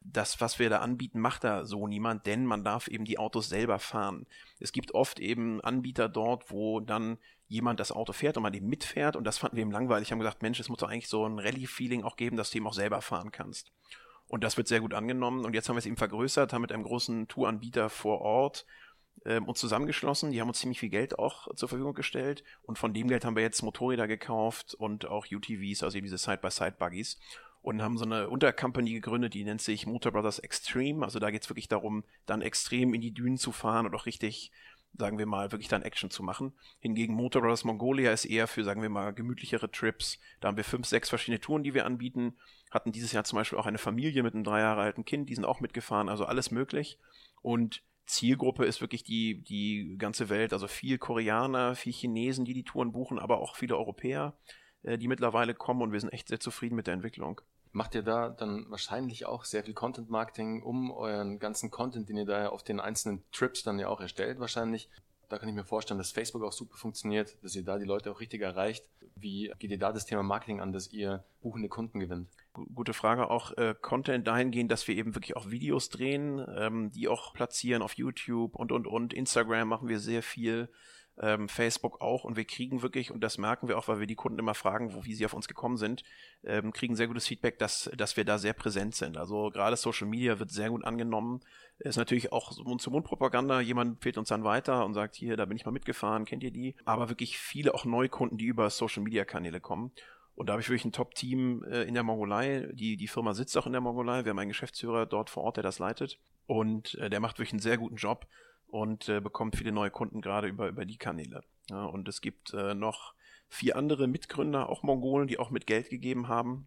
das, was wir da anbieten, macht da so niemand, denn man darf eben die Autos selber fahren. Es gibt oft eben Anbieter dort, wo dann jemand das Auto fährt und man eben mitfährt und das fanden wir eben langweilig. Wir haben gesagt, Mensch, es muss doch eigentlich so ein Rallye-Feeling auch geben, dass du eben auch selber fahren kannst. Und das wird sehr gut angenommen und jetzt haben wir es eben vergrößert, haben mit einem großen Touranbieter vor Ort ähm, uns zusammengeschlossen. Die haben uns ziemlich viel Geld auch zur Verfügung gestellt und von dem Geld haben wir jetzt Motorräder gekauft und auch U T Vs, also eben diese Side-by-Side-Buggies. Und haben so eine Untercompany gegründet, die nennt sich Motor Brothers Extreme. Also da geht es wirklich darum, dann extrem in die Dünen zu fahren und auch richtig, sagen wir mal, wirklich dann Action zu machen. Hingegen Motor Brothers Mongolia ist eher für, sagen wir mal, gemütlichere Trips. Da haben wir fünf, sechs verschiedene Touren, die wir anbieten. Hatten dieses Jahr zum Beispiel auch eine Familie mit einem drei Jahre alten Kind, die sind auch mitgefahren, also alles möglich. Und Zielgruppe ist wirklich die, die ganze Welt, also viel Koreaner, viel Chinesen, die die Touren buchen, aber auch viele Europäer, die mittlerweile kommen und wir sind echt sehr zufrieden mit der Entwicklung. Macht ihr da dann wahrscheinlich auch sehr viel Content-Marketing um euren ganzen Content, den ihr da auf den einzelnen Trips dann ja auch erstellt wahrscheinlich? Da kann ich mir vorstellen, dass Facebook auch super funktioniert, dass ihr da die Leute auch richtig erreicht. Wie geht ihr da das Thema Marketing an, dass ihr buchende Kunden gewinnt? Gute Frage. Auch äh, Content dahingehend, dass wir eben wirklich auch Videos drehen, ähm, die auch platzieren auf YouTube und, und, und. Instagram machen wir sehr viel. Ähm, Facebook auch und wir kriegen wirklich, und das merken wir auch, weil wir die Kunden immer fragen, wo, wie sie auf uns gekommen sind, ähm, kriegen sehr gutes Feedback, dass, dass wir da sehr präsent sind. Also gerade Social Media wird sehr gut angenommen. Ist natürlich auch Mund-zu-Mund-Propaganda. Jemand empfiehlt uns dann weiter und sagt, hier, da bin ich mal mitgefahren, kennt ihr die? Aber wirklich viele auch Neukunden, die über Social-Media-Kanäle kommen. Und da habe ich wirklich ein Top-Team äh, in der Mongolei. Die, die Firma sitzt auch in der Mongolei. Wir haben einen Geschäftsführer dort vor Ort, der das leitet. Und äh, der macht wirklich einen sehr guten Job. Und äh, bekommt viele neue Kunden gerade über, über die Kanäle. Ja, und es gibt äh, noch vier andere Mitgründer, auch Mongolen, die auch mit Geld gegeben haben.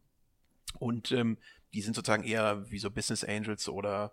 Und ähm, die sind sozusagen eher wie so Business Angels oder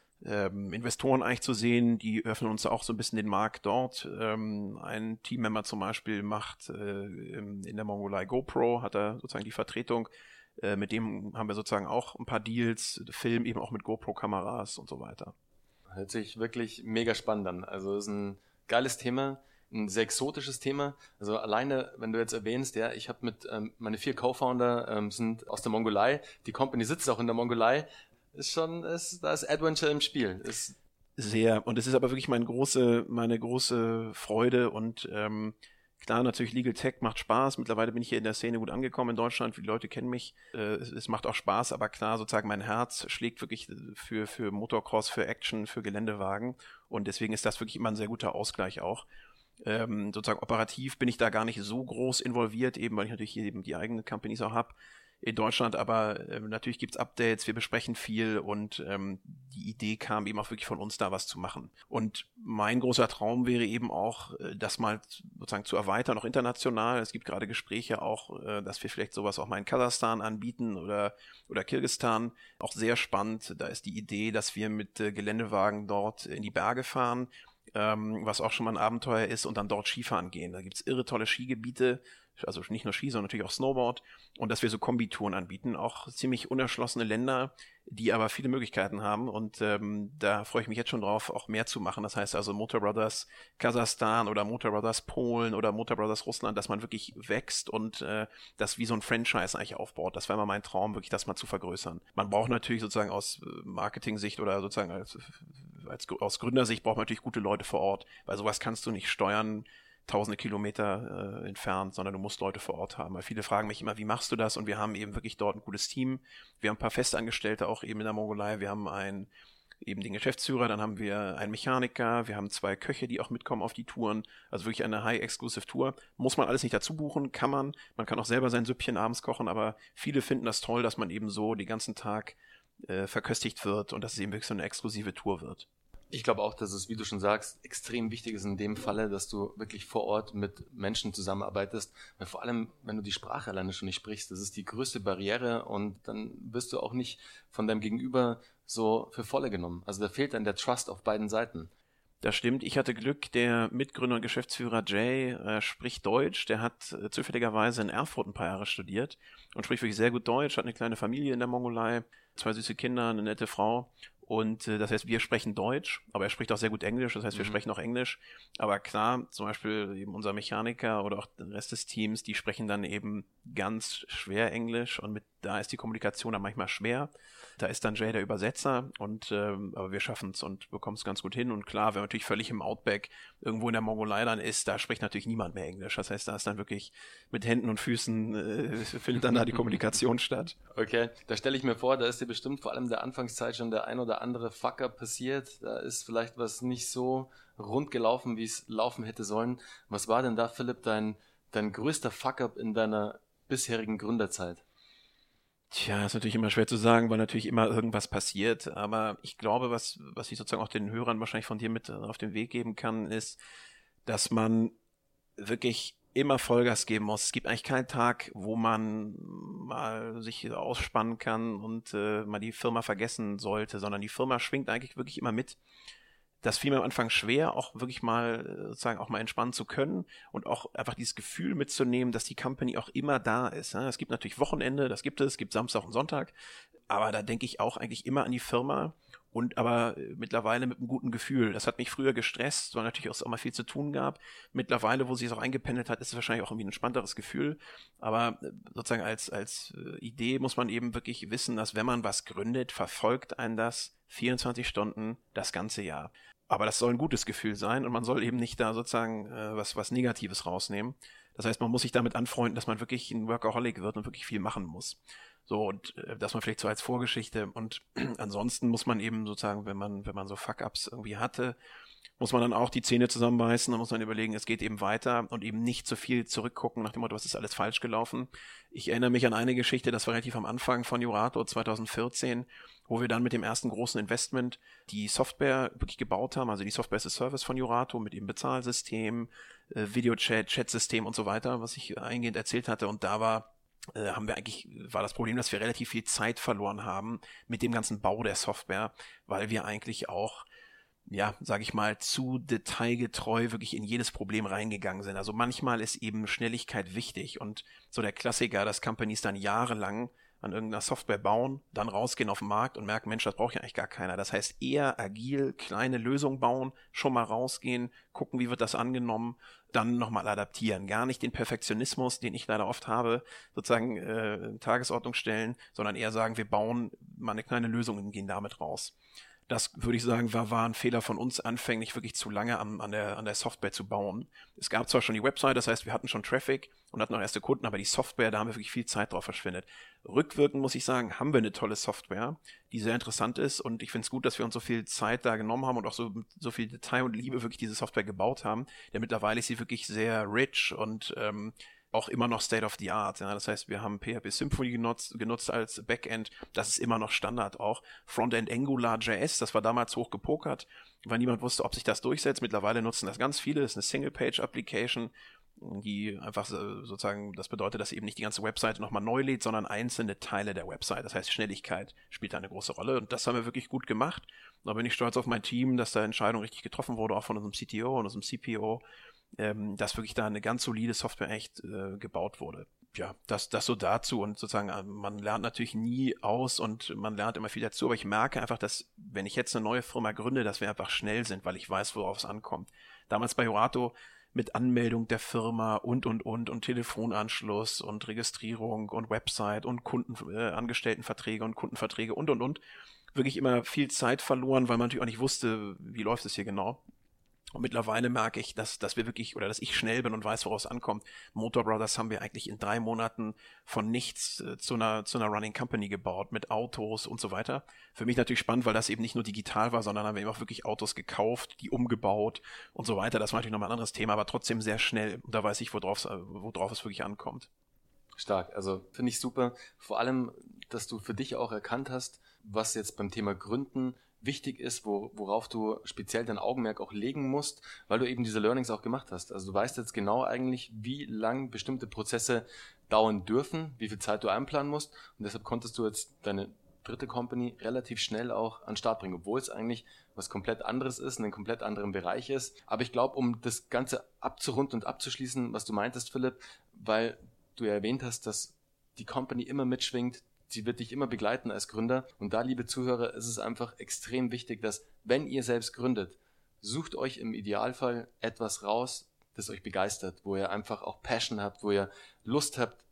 ähm, Investoren eigentlich zu sehen. Die öffnen uns auch so ein bisschen den Markt dort. Ähm, ein Teammember zum Beispiel macht äh, in der Mongolei GoPro, hat er sozusagen die Vertretung. Äh, mit dem haben wir sozusagen auch ein paar Deals, Film eben auch mit GoPro-Kameras und so weiter. Hört sich wirklich mega spannend an. Also es ist ein geiles Thema, ein sehr exotisches Thema. Also alleine, wenn du jetzt erwähnst, ja, ich habe mit, ähm, meine vier Co-Founder ähm, sind aus der Mongolei, die Company sitzt auch in der Mongolei, ist schon, ist, da ist Adventure im Spiel. Ist sehr, und es ist aber wirklich meine große, meine große Freude und ähm, klar, natürlich Legal Tech macht Spaß. Mittlerweile bin ich hier in der Szene gut angekommen in Deutschland. Viele Leute kennen mich. Äh, es, es macht auch Spaß, aber klar, sozusagen mein Herz schlägt wirklich für, für Motocross, für Action, für Geländewagen. Und deswegen ist das wirklich immer ein sehr guter Ausgleich auch. Ähm, sozusagen operativ bin ich da gar nicht so groß involviert, eben weil ich natürlich hier eben die eigenen Companies auch habe in Deutschland, aber ähm, natürlich gibt's Updates, wir besprechen viel und ähm, die Idee kam eben auch wirklich von uns, da was zu machen. Und mein großer Traum wäre eben auch, äh, das mal sozusagen zu erweitern, auch international. Es gibt gerade Gespräche auch, äh, dass wir vielleicht sowas auch mal in Kasachstan anbieten oder oder Kirgisistan. Auch sehr spannend, da ist die Idee, dass wir mit äh, Geländewagen dort in die Berge fahren, ähm, was auch schon mal ein Abenteuer ist und dann dort Skifahren gehen. Da gibt's irre tolle Skigebiete, also nicht nur Ski, sondern natürlich auch Snowboard und dass wir so Kombitouren anbieten, auch ziemlich unerschlossene Länder, die aber viele Möglichkeiten haben und ähm, da freue ich mich jetzt schon drauf, auch mehr zu machen. Das heißt also Motor Brothers Kasachstan oder Motor Brothers Polen oder Motor Brothers Russland, dass man wirklich wächst und äh, das wie so ein Franchise eigentlich aufbaut. Das wäre mal mein Traum, wirklich das mal zu vergrößern. Man braucht natürlich sozusagen aus Marketing-Sicht oder sozusagen als, als aus Gründersicht braucht man natürlich gute Leute vor Ort, weil sowas kannst du nicht steuern, tausende Kilometer äh, entfernt, sondern du musst Leute vor Ort haben. Weil viele fragen mich immer, wie machst du das? Und wir haben eben wirklich dort ein gutes Team. Wir haben ein paar Festangestellte auch eben in der Mongolei. Wir haben einen, eben den Geschäftsführer, dann haben wir einen Mechaniker, wir haben zwei Köche, die auch mitkommen auf die Touren. Also wirklich eine High-Exclusive-Tour. Muss man alles nicht dazu buchen, kann man. Man kann auch selber sein Süppchen abends kochen, aber viele finden das toll, dass man eben so den ganzen Tag äh, verköstigt wird und dass es eben wirklich so eine exklusive Tour wird. Ich glaube auch, dass es, wie du schon sagst, extrem wichtig ist in dem Falle, dass du wirklich vor Ort mit Menschen zusammenarbeitest. Weil vor allem, wenn du die Sprache alleine schon nicht sprichst, das ist die größte Barriere und dann wirst du auch nicht von deinem Gegenüber so für volle genommen. Also da fehlt dann der Trust auf beiden Seiten. Das stimmt. Ich hatte Glück, der Mitgründer und Geschäftsführer Jay äh, spricht Deutsch. Der hat äh, zufälligerweise in Erfurt ein paar Jahre studiert und spricht wirklich sehr gut Deutsch, hat eine kleine Familie in der Mongolei, zwei süße Kinder, eine nette Frau. Und äh, das heißt, wir sprechen Deutsch, aber er spricht auch sehr gut Englisch, das heißt, wir mhm. sprechen auch Englisch. Aber klar, zum Beispiel eben unser Mechaniker oder auch der Rest des Teams, die sprechen dann eben ganz schwer Englisch und mit da ist die Kommunikation dann manchmal schwer. Da ist dann Jay der Übersetzer und ähm, aber wir schaffen es und bekommen es ganz gut hin. Und klar, wenn man natürlich völlig im Outback irgendwo in der Mongolei dann ist, da spricht natürlich niemand mehr Englisch. Das heißt, da ist dann wirklich mit Händen und Füßen äh, findet dann da die Kommunikation statt. Okay, da stelle ich mir vor, da ist dir bestimmt vor allem in der Anfangszeit schon der ein oder andere Fuck-up passiert. Da ist vielleicht was nicht so rund gelaufen, wie es laufen hätte sollen. Was war denn da, Philipp, dein, dein größter Fuck-up in deiner bisherigen Gründerzeit? Tja, ist natürlich immer schwer zu sagen, weil natürlich immer irgendwas passiert. Aber ich glaube, was, was ich sozusagen auch den Hörern wahrscheinlich von dir mit auf den Weg geben kann, ist, dass man wirklich immer Vollgas geben muss. Es gibt eigentlich keinen Tag, wo man mal sich ausspannen kann und äh, mal die Firma vergessen sollte, sondern die Firma schwingt eigentlich wirklich immer mit. Das fiel mir am Anfang schwer, auch wirklich mal sozusagen auch mal entspannen zu können und auch einfach dieses Gefühl mitzunehmen, dass die Company auch immer da ist. Es gibt natürlich Wochenende, das gibt es, es gibt Samstag und Sonntag, aber da denke ich auch eigentlich immer an die Firma und aber mittlerweile mit einem guten Gefühl. Das hat mich früher gestresst, weil natürlich auch mal viel zu tun gab. Mittlerweile, wo sich es auch eingependelt hat, ist es wahrscheinlich auch irgendwie ein entspannteres Gefühl. Aber sozusagen als, als Idee muss man eben wirklich wissen, dass wenn man was gründet, verfolgt einen das vierundzwanzig Stunden das ganze Jahr. Aber das soll ein gutes Gefühl sein und man soll eben nicht da sozusagen äh, was, was Negatives rausnehmen. Das heißt, man muss sich damit anfreunden, dass man wirklich ein Workaholic wird und wirklich viel machen muss. So, und äh, das man vielleicht so als Vorgeschichte. Und ansonsten muss man eben sozusagen, wenn man, wenn man so Fuck-Ups irgendwie hatte, muss man dann auch die Zähne zusammenbeißen und muss man überlegen, es geht eben weiter und eben nicht so viel zurückgucken nach dem Motto, was ist alles falsch gelaufen. Ich erinnere mich an eine Geschichte, das war relativ am Anfang von Yorato zwanzig vierzehn, wo wir dann mit dem ersten großen Investment die Software wirklich gebaut haben, also die Software as a Service von Yorato mit dem Bezahlsystem, äh, Videochat, Chatsystem und so weiter, was ich eingehend erzählt hatte. Und da war äh, haben wir eigentlich, war das Problem, dass wir relativ viel Zeit verloren haben mit dem ganzen Bau der Software, weil wir eigentlich auch ja, sage ich mal, zu detailgetreu wirklich in jedes Problem reingegangen sind. Also manchmal ist eben Schnelligkeit wichtig und so der Klassiker, dass Companies dann jahrelang an irgendeiner Software bauen, dann rausgehen auf den Markt und merken, Mensch, das braucht ja eigentlich gar keiner. Das heißt, eher agil, kleine Lösungen bauen, schon mal rausgehen, gucken, wie wird das angenommen, dann nochmal adaptieren. Gar nicht den Perfektionismus, den ich leider oft habe, sozusagen äh, in Tagesordnung stellen, sondern eher sagen, wir bauen mal eine kleine Lösung und gehen damit raus. Das, würde ich sagen, war, war ein Fehler von uns anfänglich, wirklich zu lange an, an, der, an der Software zu bauen. Es gab zwar schon die Website, das heißt, wir hatten schon Traffic und hatten auch erste Kunden, aber die Software, da haben wir wirklich viel Zeit drauf verschwendet. Rückwirkend muss ich sagen, haben wir eine tolle Software, die sehr interessant ist und ich finde es gut, dass wir uns so viel Zeit da genommen haben und auch so, so viel Detail und Liebe wirklich diese Software gebaut haben. Denn mittlerweile ist sie wirklich sehr rich und ähm, auch immer noch State of the Art. Ja. Das heißt, wir haben P H P Symfony genutzt, genutzt als Backend. Das ist immer noch Standard auch. Frontend Angular J S, das war damals hoch gepokert, weil niemand wusste, ob sich das durchsetzt. Mittlerweile nutzen das ganz viele. Das ist eine Single-Page-Application, die einfach sozusagen, das bedeutet, dass eben nicht die ganze Webseite nochmal neu lädt, sondern einzelne Teile der Website. Das heißt, Schnelligkeit spielt da eine große Rolle und das haben wir wirklich gut gemacht. Da bin ich stolz auf mein Team, dass da Entscheidung richtig getroffen wurde, auch von unserem C T O und unserem C P O. Ähm, dass wirklich da eine ganz solide Software echt äh, gebaut wurde. Ja, das, das so dazu und sozusagen, man lernt natürlich nie aus und man lernt immer viel dazu, aber ich merke einfach, dass, wenn ich jetzt eine neue Firma gründe, dass wir einfach schnell sind, weil ich weiß, worauf es ankommt. Damals bei Yorato mit Anmeldung der Firma und, und, und und Telefonanschluss und Registrierung und Website und Kunden, äh, Angestelltenverträge und Kundenverträge und, und, und. Wirklich immer viel Zeit verloren, weil man natürlich auch nicht wusste, wie läuft es hier genau. Und mittlerweile merke ich, dass, dass wir wirklich, oder dass ich schnell bin und weiß, woraus es ankommt. Motor Brothers haben wir eigentlich in drei Monaten von nichts äh, zu einer, zu einer Running Company gebaut, mit Autos und so weiter. Für mich natürlich spannend, weil das eben nicht nur digital war, sondern haben wir eben auch wirklich Autos gekauft, die umgebaut und so weiter. Das war natürlich nochmal ein anderes Thema, aber trotzdem sehr schnell. Und da weiß ich, worauf, worauf es wirklich ankommt. Stark, also finde ich super. Vor allem, dass du für dich auch erkannt hast, was jetzt beim Thema Gründen wichtig ist, wo, worauf du speziell dein Augenmerk auch legen musst, weil du eben diese Learnings auch gemacht hast. Also du weißt jetzt genau eigentlich, wie lang bestimmte Prozesse dauern dürfen, wie viel Zeit du einplanen musst und deshalb konntest du jetzt deine dritte Company relativ schnell auch an den Start bringen, obwohl es eigentlich was komplett anderes ist, in einem komplett anderen Bereich ist. Aber ich glaube, um das Ganze abzurunden und abzuschließen, was du meintest, Philipp, weil du ja erwähnt hast, dass die Company immer mitschwingt, sie wird dich immer begleiten als Gründer. Und da, liebe Zuhörer, ist es einfach extrem wichtig, dass, wenn ihr selbst gründet, sucht euch im Idealfall etwas raus, das euch begeistert, wo ihr einfach auch Passion habt, wo ihr Lust habt,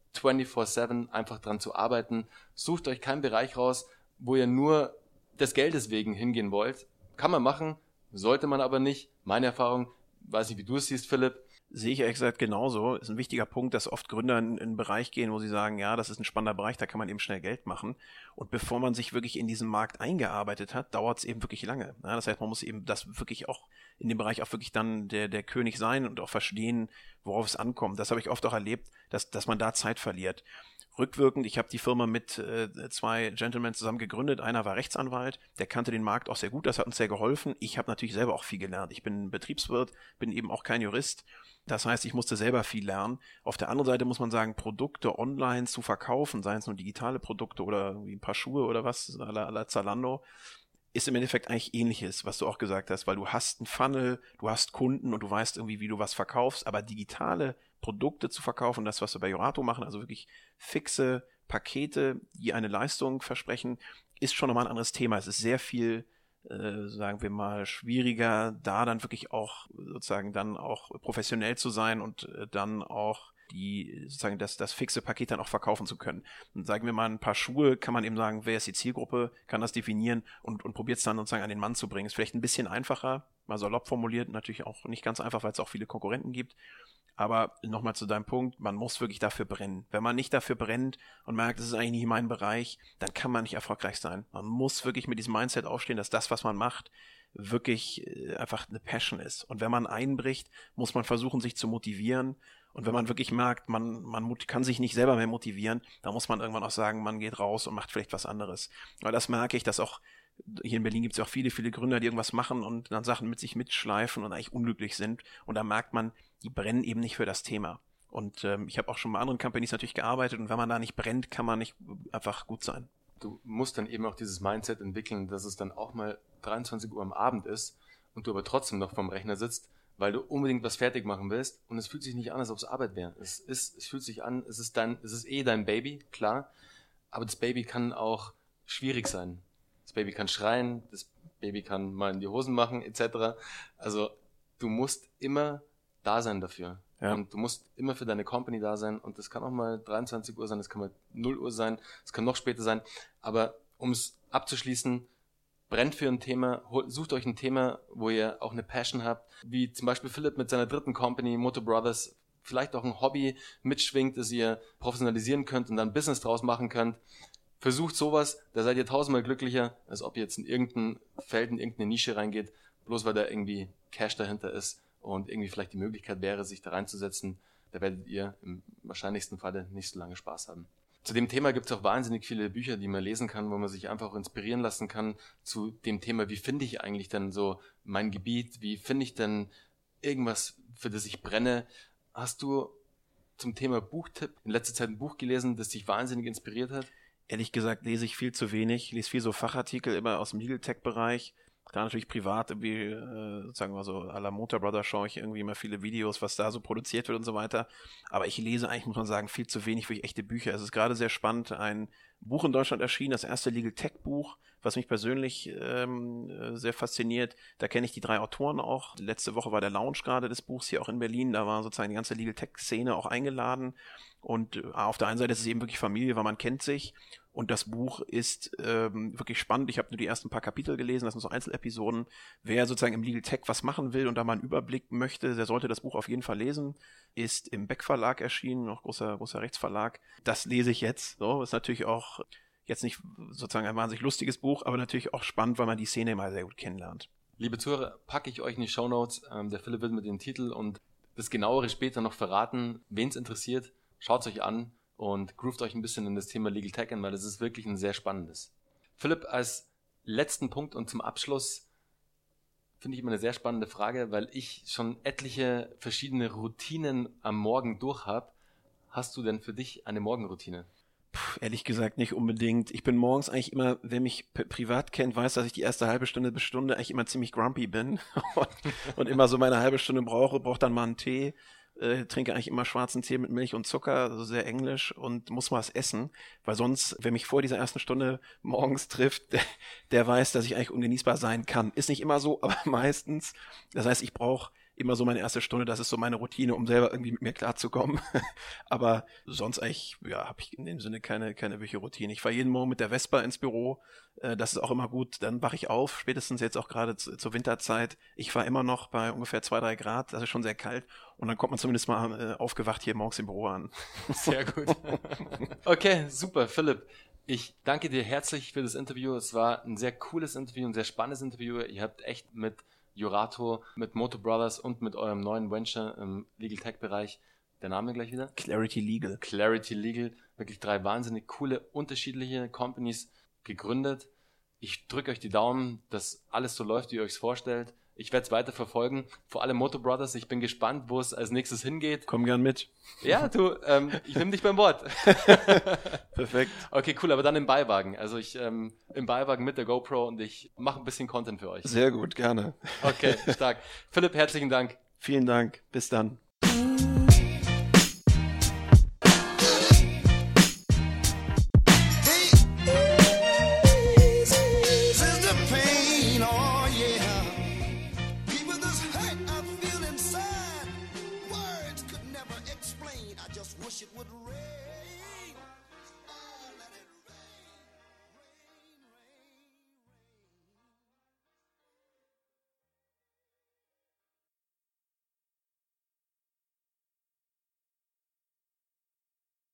vierundzwanzig sieben einfach dran zu arbeiten. Sucht euch keinen Bereich raus, wo ihr nur des Geldes wegen hingehen wollt. Kann man machen, sollte man aber nicht. Meine Erfahrung, weiß nicht, wie du es siehst, Philipp. Sehe ich ehrlich gesagt genauso. Ist ein wichtiger Punkt, dass oft Gründer in, in einen Bereich gehen, wo sie sagen, ja, das ist ein spannender Bereich, da kann man eben schnell Geld machen. Und bevor man sich wirklich in diesen Markt eingearbeitet hat, dauert es eben wirklich lange. Ja, das heißt, man muss eben das wirklich auch in dem Bereich auch wirklich dann der, der König sein und auch verstehen, worauf es ankommt. Das habe ich oft auch erlebt, dass, dass man da Zeit verliert. Rückwirkend, ich habe die Firma mit äh, zwei Gentlemen zusammen gegründet. Einer war Rechtsanwalt, der kannte den Markt auch sehr gut, das hat uns sehr geholfen. Ich habe natürlich selber auch viel gelernt. Ich bin Betriebswirt, bin eben auch kein Jurist. Das heißt, ich musste selber viel lernen. Auf der anderen Seite muss man sagen, Produkte online zu verkaufen, seien es nur digitale Produkte oder irgendwie ein paar Schuhe oder was, à la, à la Zalando, ist im Endeffekt eigentlich Ähnliches, was du auch gesagt hast, weil du hast einen Funnel, du hast Kunden und du weißt irgendwie, wie du was verkaufst, aber digitale Produkte zu verkaufen, das, was wir bei Jurato machen, also wirklich fixe Pakete, die eine Leistung versprechen, ist schon nochmal ein anderes Thema. Es ist sehr viel, äh, sagen wir mal, schwieriger, da dann wirklich auch sozusagen dann auch professionell zu sein und äh, dann auch die sozusagen das, das fixe Paket dann auch verkaufen zu können. Und sagen wir mal, ein paar Schuhe kann man eben sagen, wer ist die Zielgruppe, kann das definieren und, und probiert es dann sozusagen an den Mann zu bringen. Ist vielleicht ein bisschen einfacher, mal salopp formuliert, natürlich auch nicht ganz einfach, weil es auch viele Konkurrenten gibt. Aber nochmal zu deinem Punkt, man muss wirklich dafür brennen. Wenn man nicht dafür brennt und merkt, das ist eigentlich nicht mein Bereich, dann kann man nicht erfolgreich sein. Man muss wirklich mit diesem Mindset aufstehen, dass das, was man macht, wirklich einfach eine Passion ist. Und wenn man einbricht, muss man versuchen, sich zu motivieren. Und wenn man wirklich merkt, man, man kann sich nicht selber mehr motivieren, dann muss man irgendwann auch sagen, man geht raus und macht vielleicht was anderes. Weil das merke ich, dass auch hier in Berlin gibt es ja auch viele, viele Gründer, die irgendwas machen und dann Sachen mit sich mitschleifen und eigentlich unglücklich sind. Und da merkt man, die brennen eben nicht für das Thema. Und ähm, ich habe auch schon bei anderen Companies natürlich gearbeitet und wenn man da nicht brennt, kann man nicht einfach gut sein. Du musst dann eben auch dieses Mindset entwickeln, dass es dann auch mal dreiundzwanzig Uhr am Abend ist und du aber trotzdem noch vorm Rechner sitzt, weil du unbedingt was fertig machen willst und es fühlt sich nicht an, als ob es Arbeit wäre. Es ist, es fühlt sich an, es ist dein, es ist eh dein Baby, klar, aber das Baby kann auch schwierig sein. Das Baby kann schreien, das Baby kann mal in die Hosen machen, et cetera. Also du musst immer da sein dafür. Ja. Und du musst immer für deine Company da sein und das kann auch mal dreiundzwanzig Uhr sein, das kann mal null Uhr sein, das kann noch später sein, aber um es abzuschließen, brennt für ein Thema, sucht euch ein Thema, wo ihr auch eine Passion habt, wie zum Beispiel Philipp mit seiner dritten Company, Moto Brothers, vielleicht auch ein Hobby mitschwingt, das ihr professionalisieren könnt und dann ein Business draus machen könnt. Versucht sowas, da seid ihr tausendmal glücklicher, als ob ihr jetzt in irgendein Feld, in irgendeine Nische reingeht, bloß weil da irgendwie Cash dahinter ist und irgendwie vielleicht die Möglichkeit wäre, sich da reinzusetzen. Da werdet ihr im wahrscheinlichsten Falle nicht so lange Spaß haben. Zu dem Thema gibt es auch wahnsinnig viele Bücher, die man lesen kann, wo man sich einfach auch inspirieren lassen kann zu dem Thema, wie finde ich eigentlich denn so mein Gebiet, wie finde ich denn irgendwas, für das ich brenne. Hast du zum Thema Buchtipp in letzter Zeit ein Buch gelesen, das dich wahnsinnig inspiriert hat? Ehrlich gesagt lese ich viel zu wenig. Ich lese viel so Fachartikel, immer aus dem Legal Tech-Bereich. Da natürlich privat, irgendwie, äh, sozusagen mal so à la Motor Brother schaue ich irgendwie immer viele Videos, was da so produziert wird und so weiter. Aber ich lese eigentlich, muss man sagen, viel zu wenig für echte Bücher. Es ist gerade sehr spannend, ein Buch in Deutschland erschienen, das erste Legal Tech Buch, was mich persönlich ähm, sehr fasziniert. Da kenne ich die drei Autoren auch. Letzte Woche war der Launch gerade des Buchs hier auch in Berlin. Da war sozusagen die ganze Legal Tech Szene auch eingeladen. Und äh, auf der einen Seite ist es eben wirklich Familie, weil man kennt sich. Und das Buch ist ähm, wirklich spannend. Ich habe nur die ersten paar Kapitel gelesen, das sind so Einzelepisoden. Wer sozusagen im Legal Tech was machen will und da mal einen Überblick möchte, der sollte das Buch auf jeden Fall lesen. Ist im Beck Verlag erschienen, noch großer großer Rechtsverlag. Das lese ich jetzt. So, ist natürlich auch jetzt nicht sozusagen ein wahnsinnig lustiges Buch, aber natürlich auch spannend, weil man die Szene mal sehr gut kennenlernt. Liebe Zuhörer, packe ich euch in die Shownotes. Ähm, der Philipp wird mit dem Titel und das Genauere später noch verraten. Wen es interessiert, schaut es euch an. Und groovt euch ein bisschen in das Thema Legal Tech an, weil das ist wirklich ein sehr spannendes. Philipp, als letzten Punkt und zum Abschluss finde ich immer eine sehr spannende Frage, weil ich schon etliche verschiedene Routinen am Morgen durch habe. Hast du denn für dich eine Morgenroutine? Puh, ehrlich gesagt nicht unbedingt. Ich bin morgens eigentlich immer, wer mich p- privat kennt, weiß, dass ich die erste halbe Stunde bis Stunde eigentlich immer ziemlich grumpy bin und, und immer so meine halbe Stunde brauche, brauche dann mal einen Tee. Äh, trinke eigentlich immer schwarzen Tee mit Milch und Zucker, also sehr englisch und muss was essen, weil sonst, wer mich vor dieser ersten Stunde morgens trifft, der, der weiß, dass ich eigentlich ungenießbar sein kann. Ist nicht immer so, aber meistens. Das heißt, ich brauche immer so meine erste Stunde, das ist so meine Routine, um selber irgendwie mit mir klarzukommen. Aber sonst eigentlich, ja, habe ich in dem Sinne keine, keine wirkliche Routine. Ich fahre jeden Morgen mit der Vespa ins Büro, äh, das ist auch immer gut. Dann wache ich auf, spätestens jetzt auch gerade zu, zur Winterzeit. Ich fahre immer noch bei ungefähr zwei, drei Grad, das ist schon sehr kalt. Und dann kommt man zumindest mal äh, aufgewacht hier morgens im Büro an. Sehr gut. Okay, super, Philipp. Ich danke dir herzlich für das Interview. Es war ein sehr cooles Interview, ein sehr spannendes Interview. Ihr habt echt mit Jurato, mit Moto Brothers und mit eurem neuen Venture im Legal Tech Bereich, der Name gleich wieder? Clarity Legal. Clarity Legal, wirklich drei wahnsinnig coole, unterschiedliche Companies gegründet. Ich drücke euch die Daumen, dass alles so läuft, wie ihr euch es vorstellt. Ich werde es weiter verfolgen. Vor allem Moto Brothers, ich bin gespannt, wo es als nächstes hingeht. Komm gern mit. Ja, du, ähm, ich nehme dich beim Wort. Perfekt. Okay, cool, aber dann im Beiwagen. Also ich ähm, im Beiwagen mit der GoPro und ich mache ein bisschen Content für euch. Sehr gut, gerne. Okay, stark. Philipp, herzlichen Dank. Vielen Dank. Bis dann.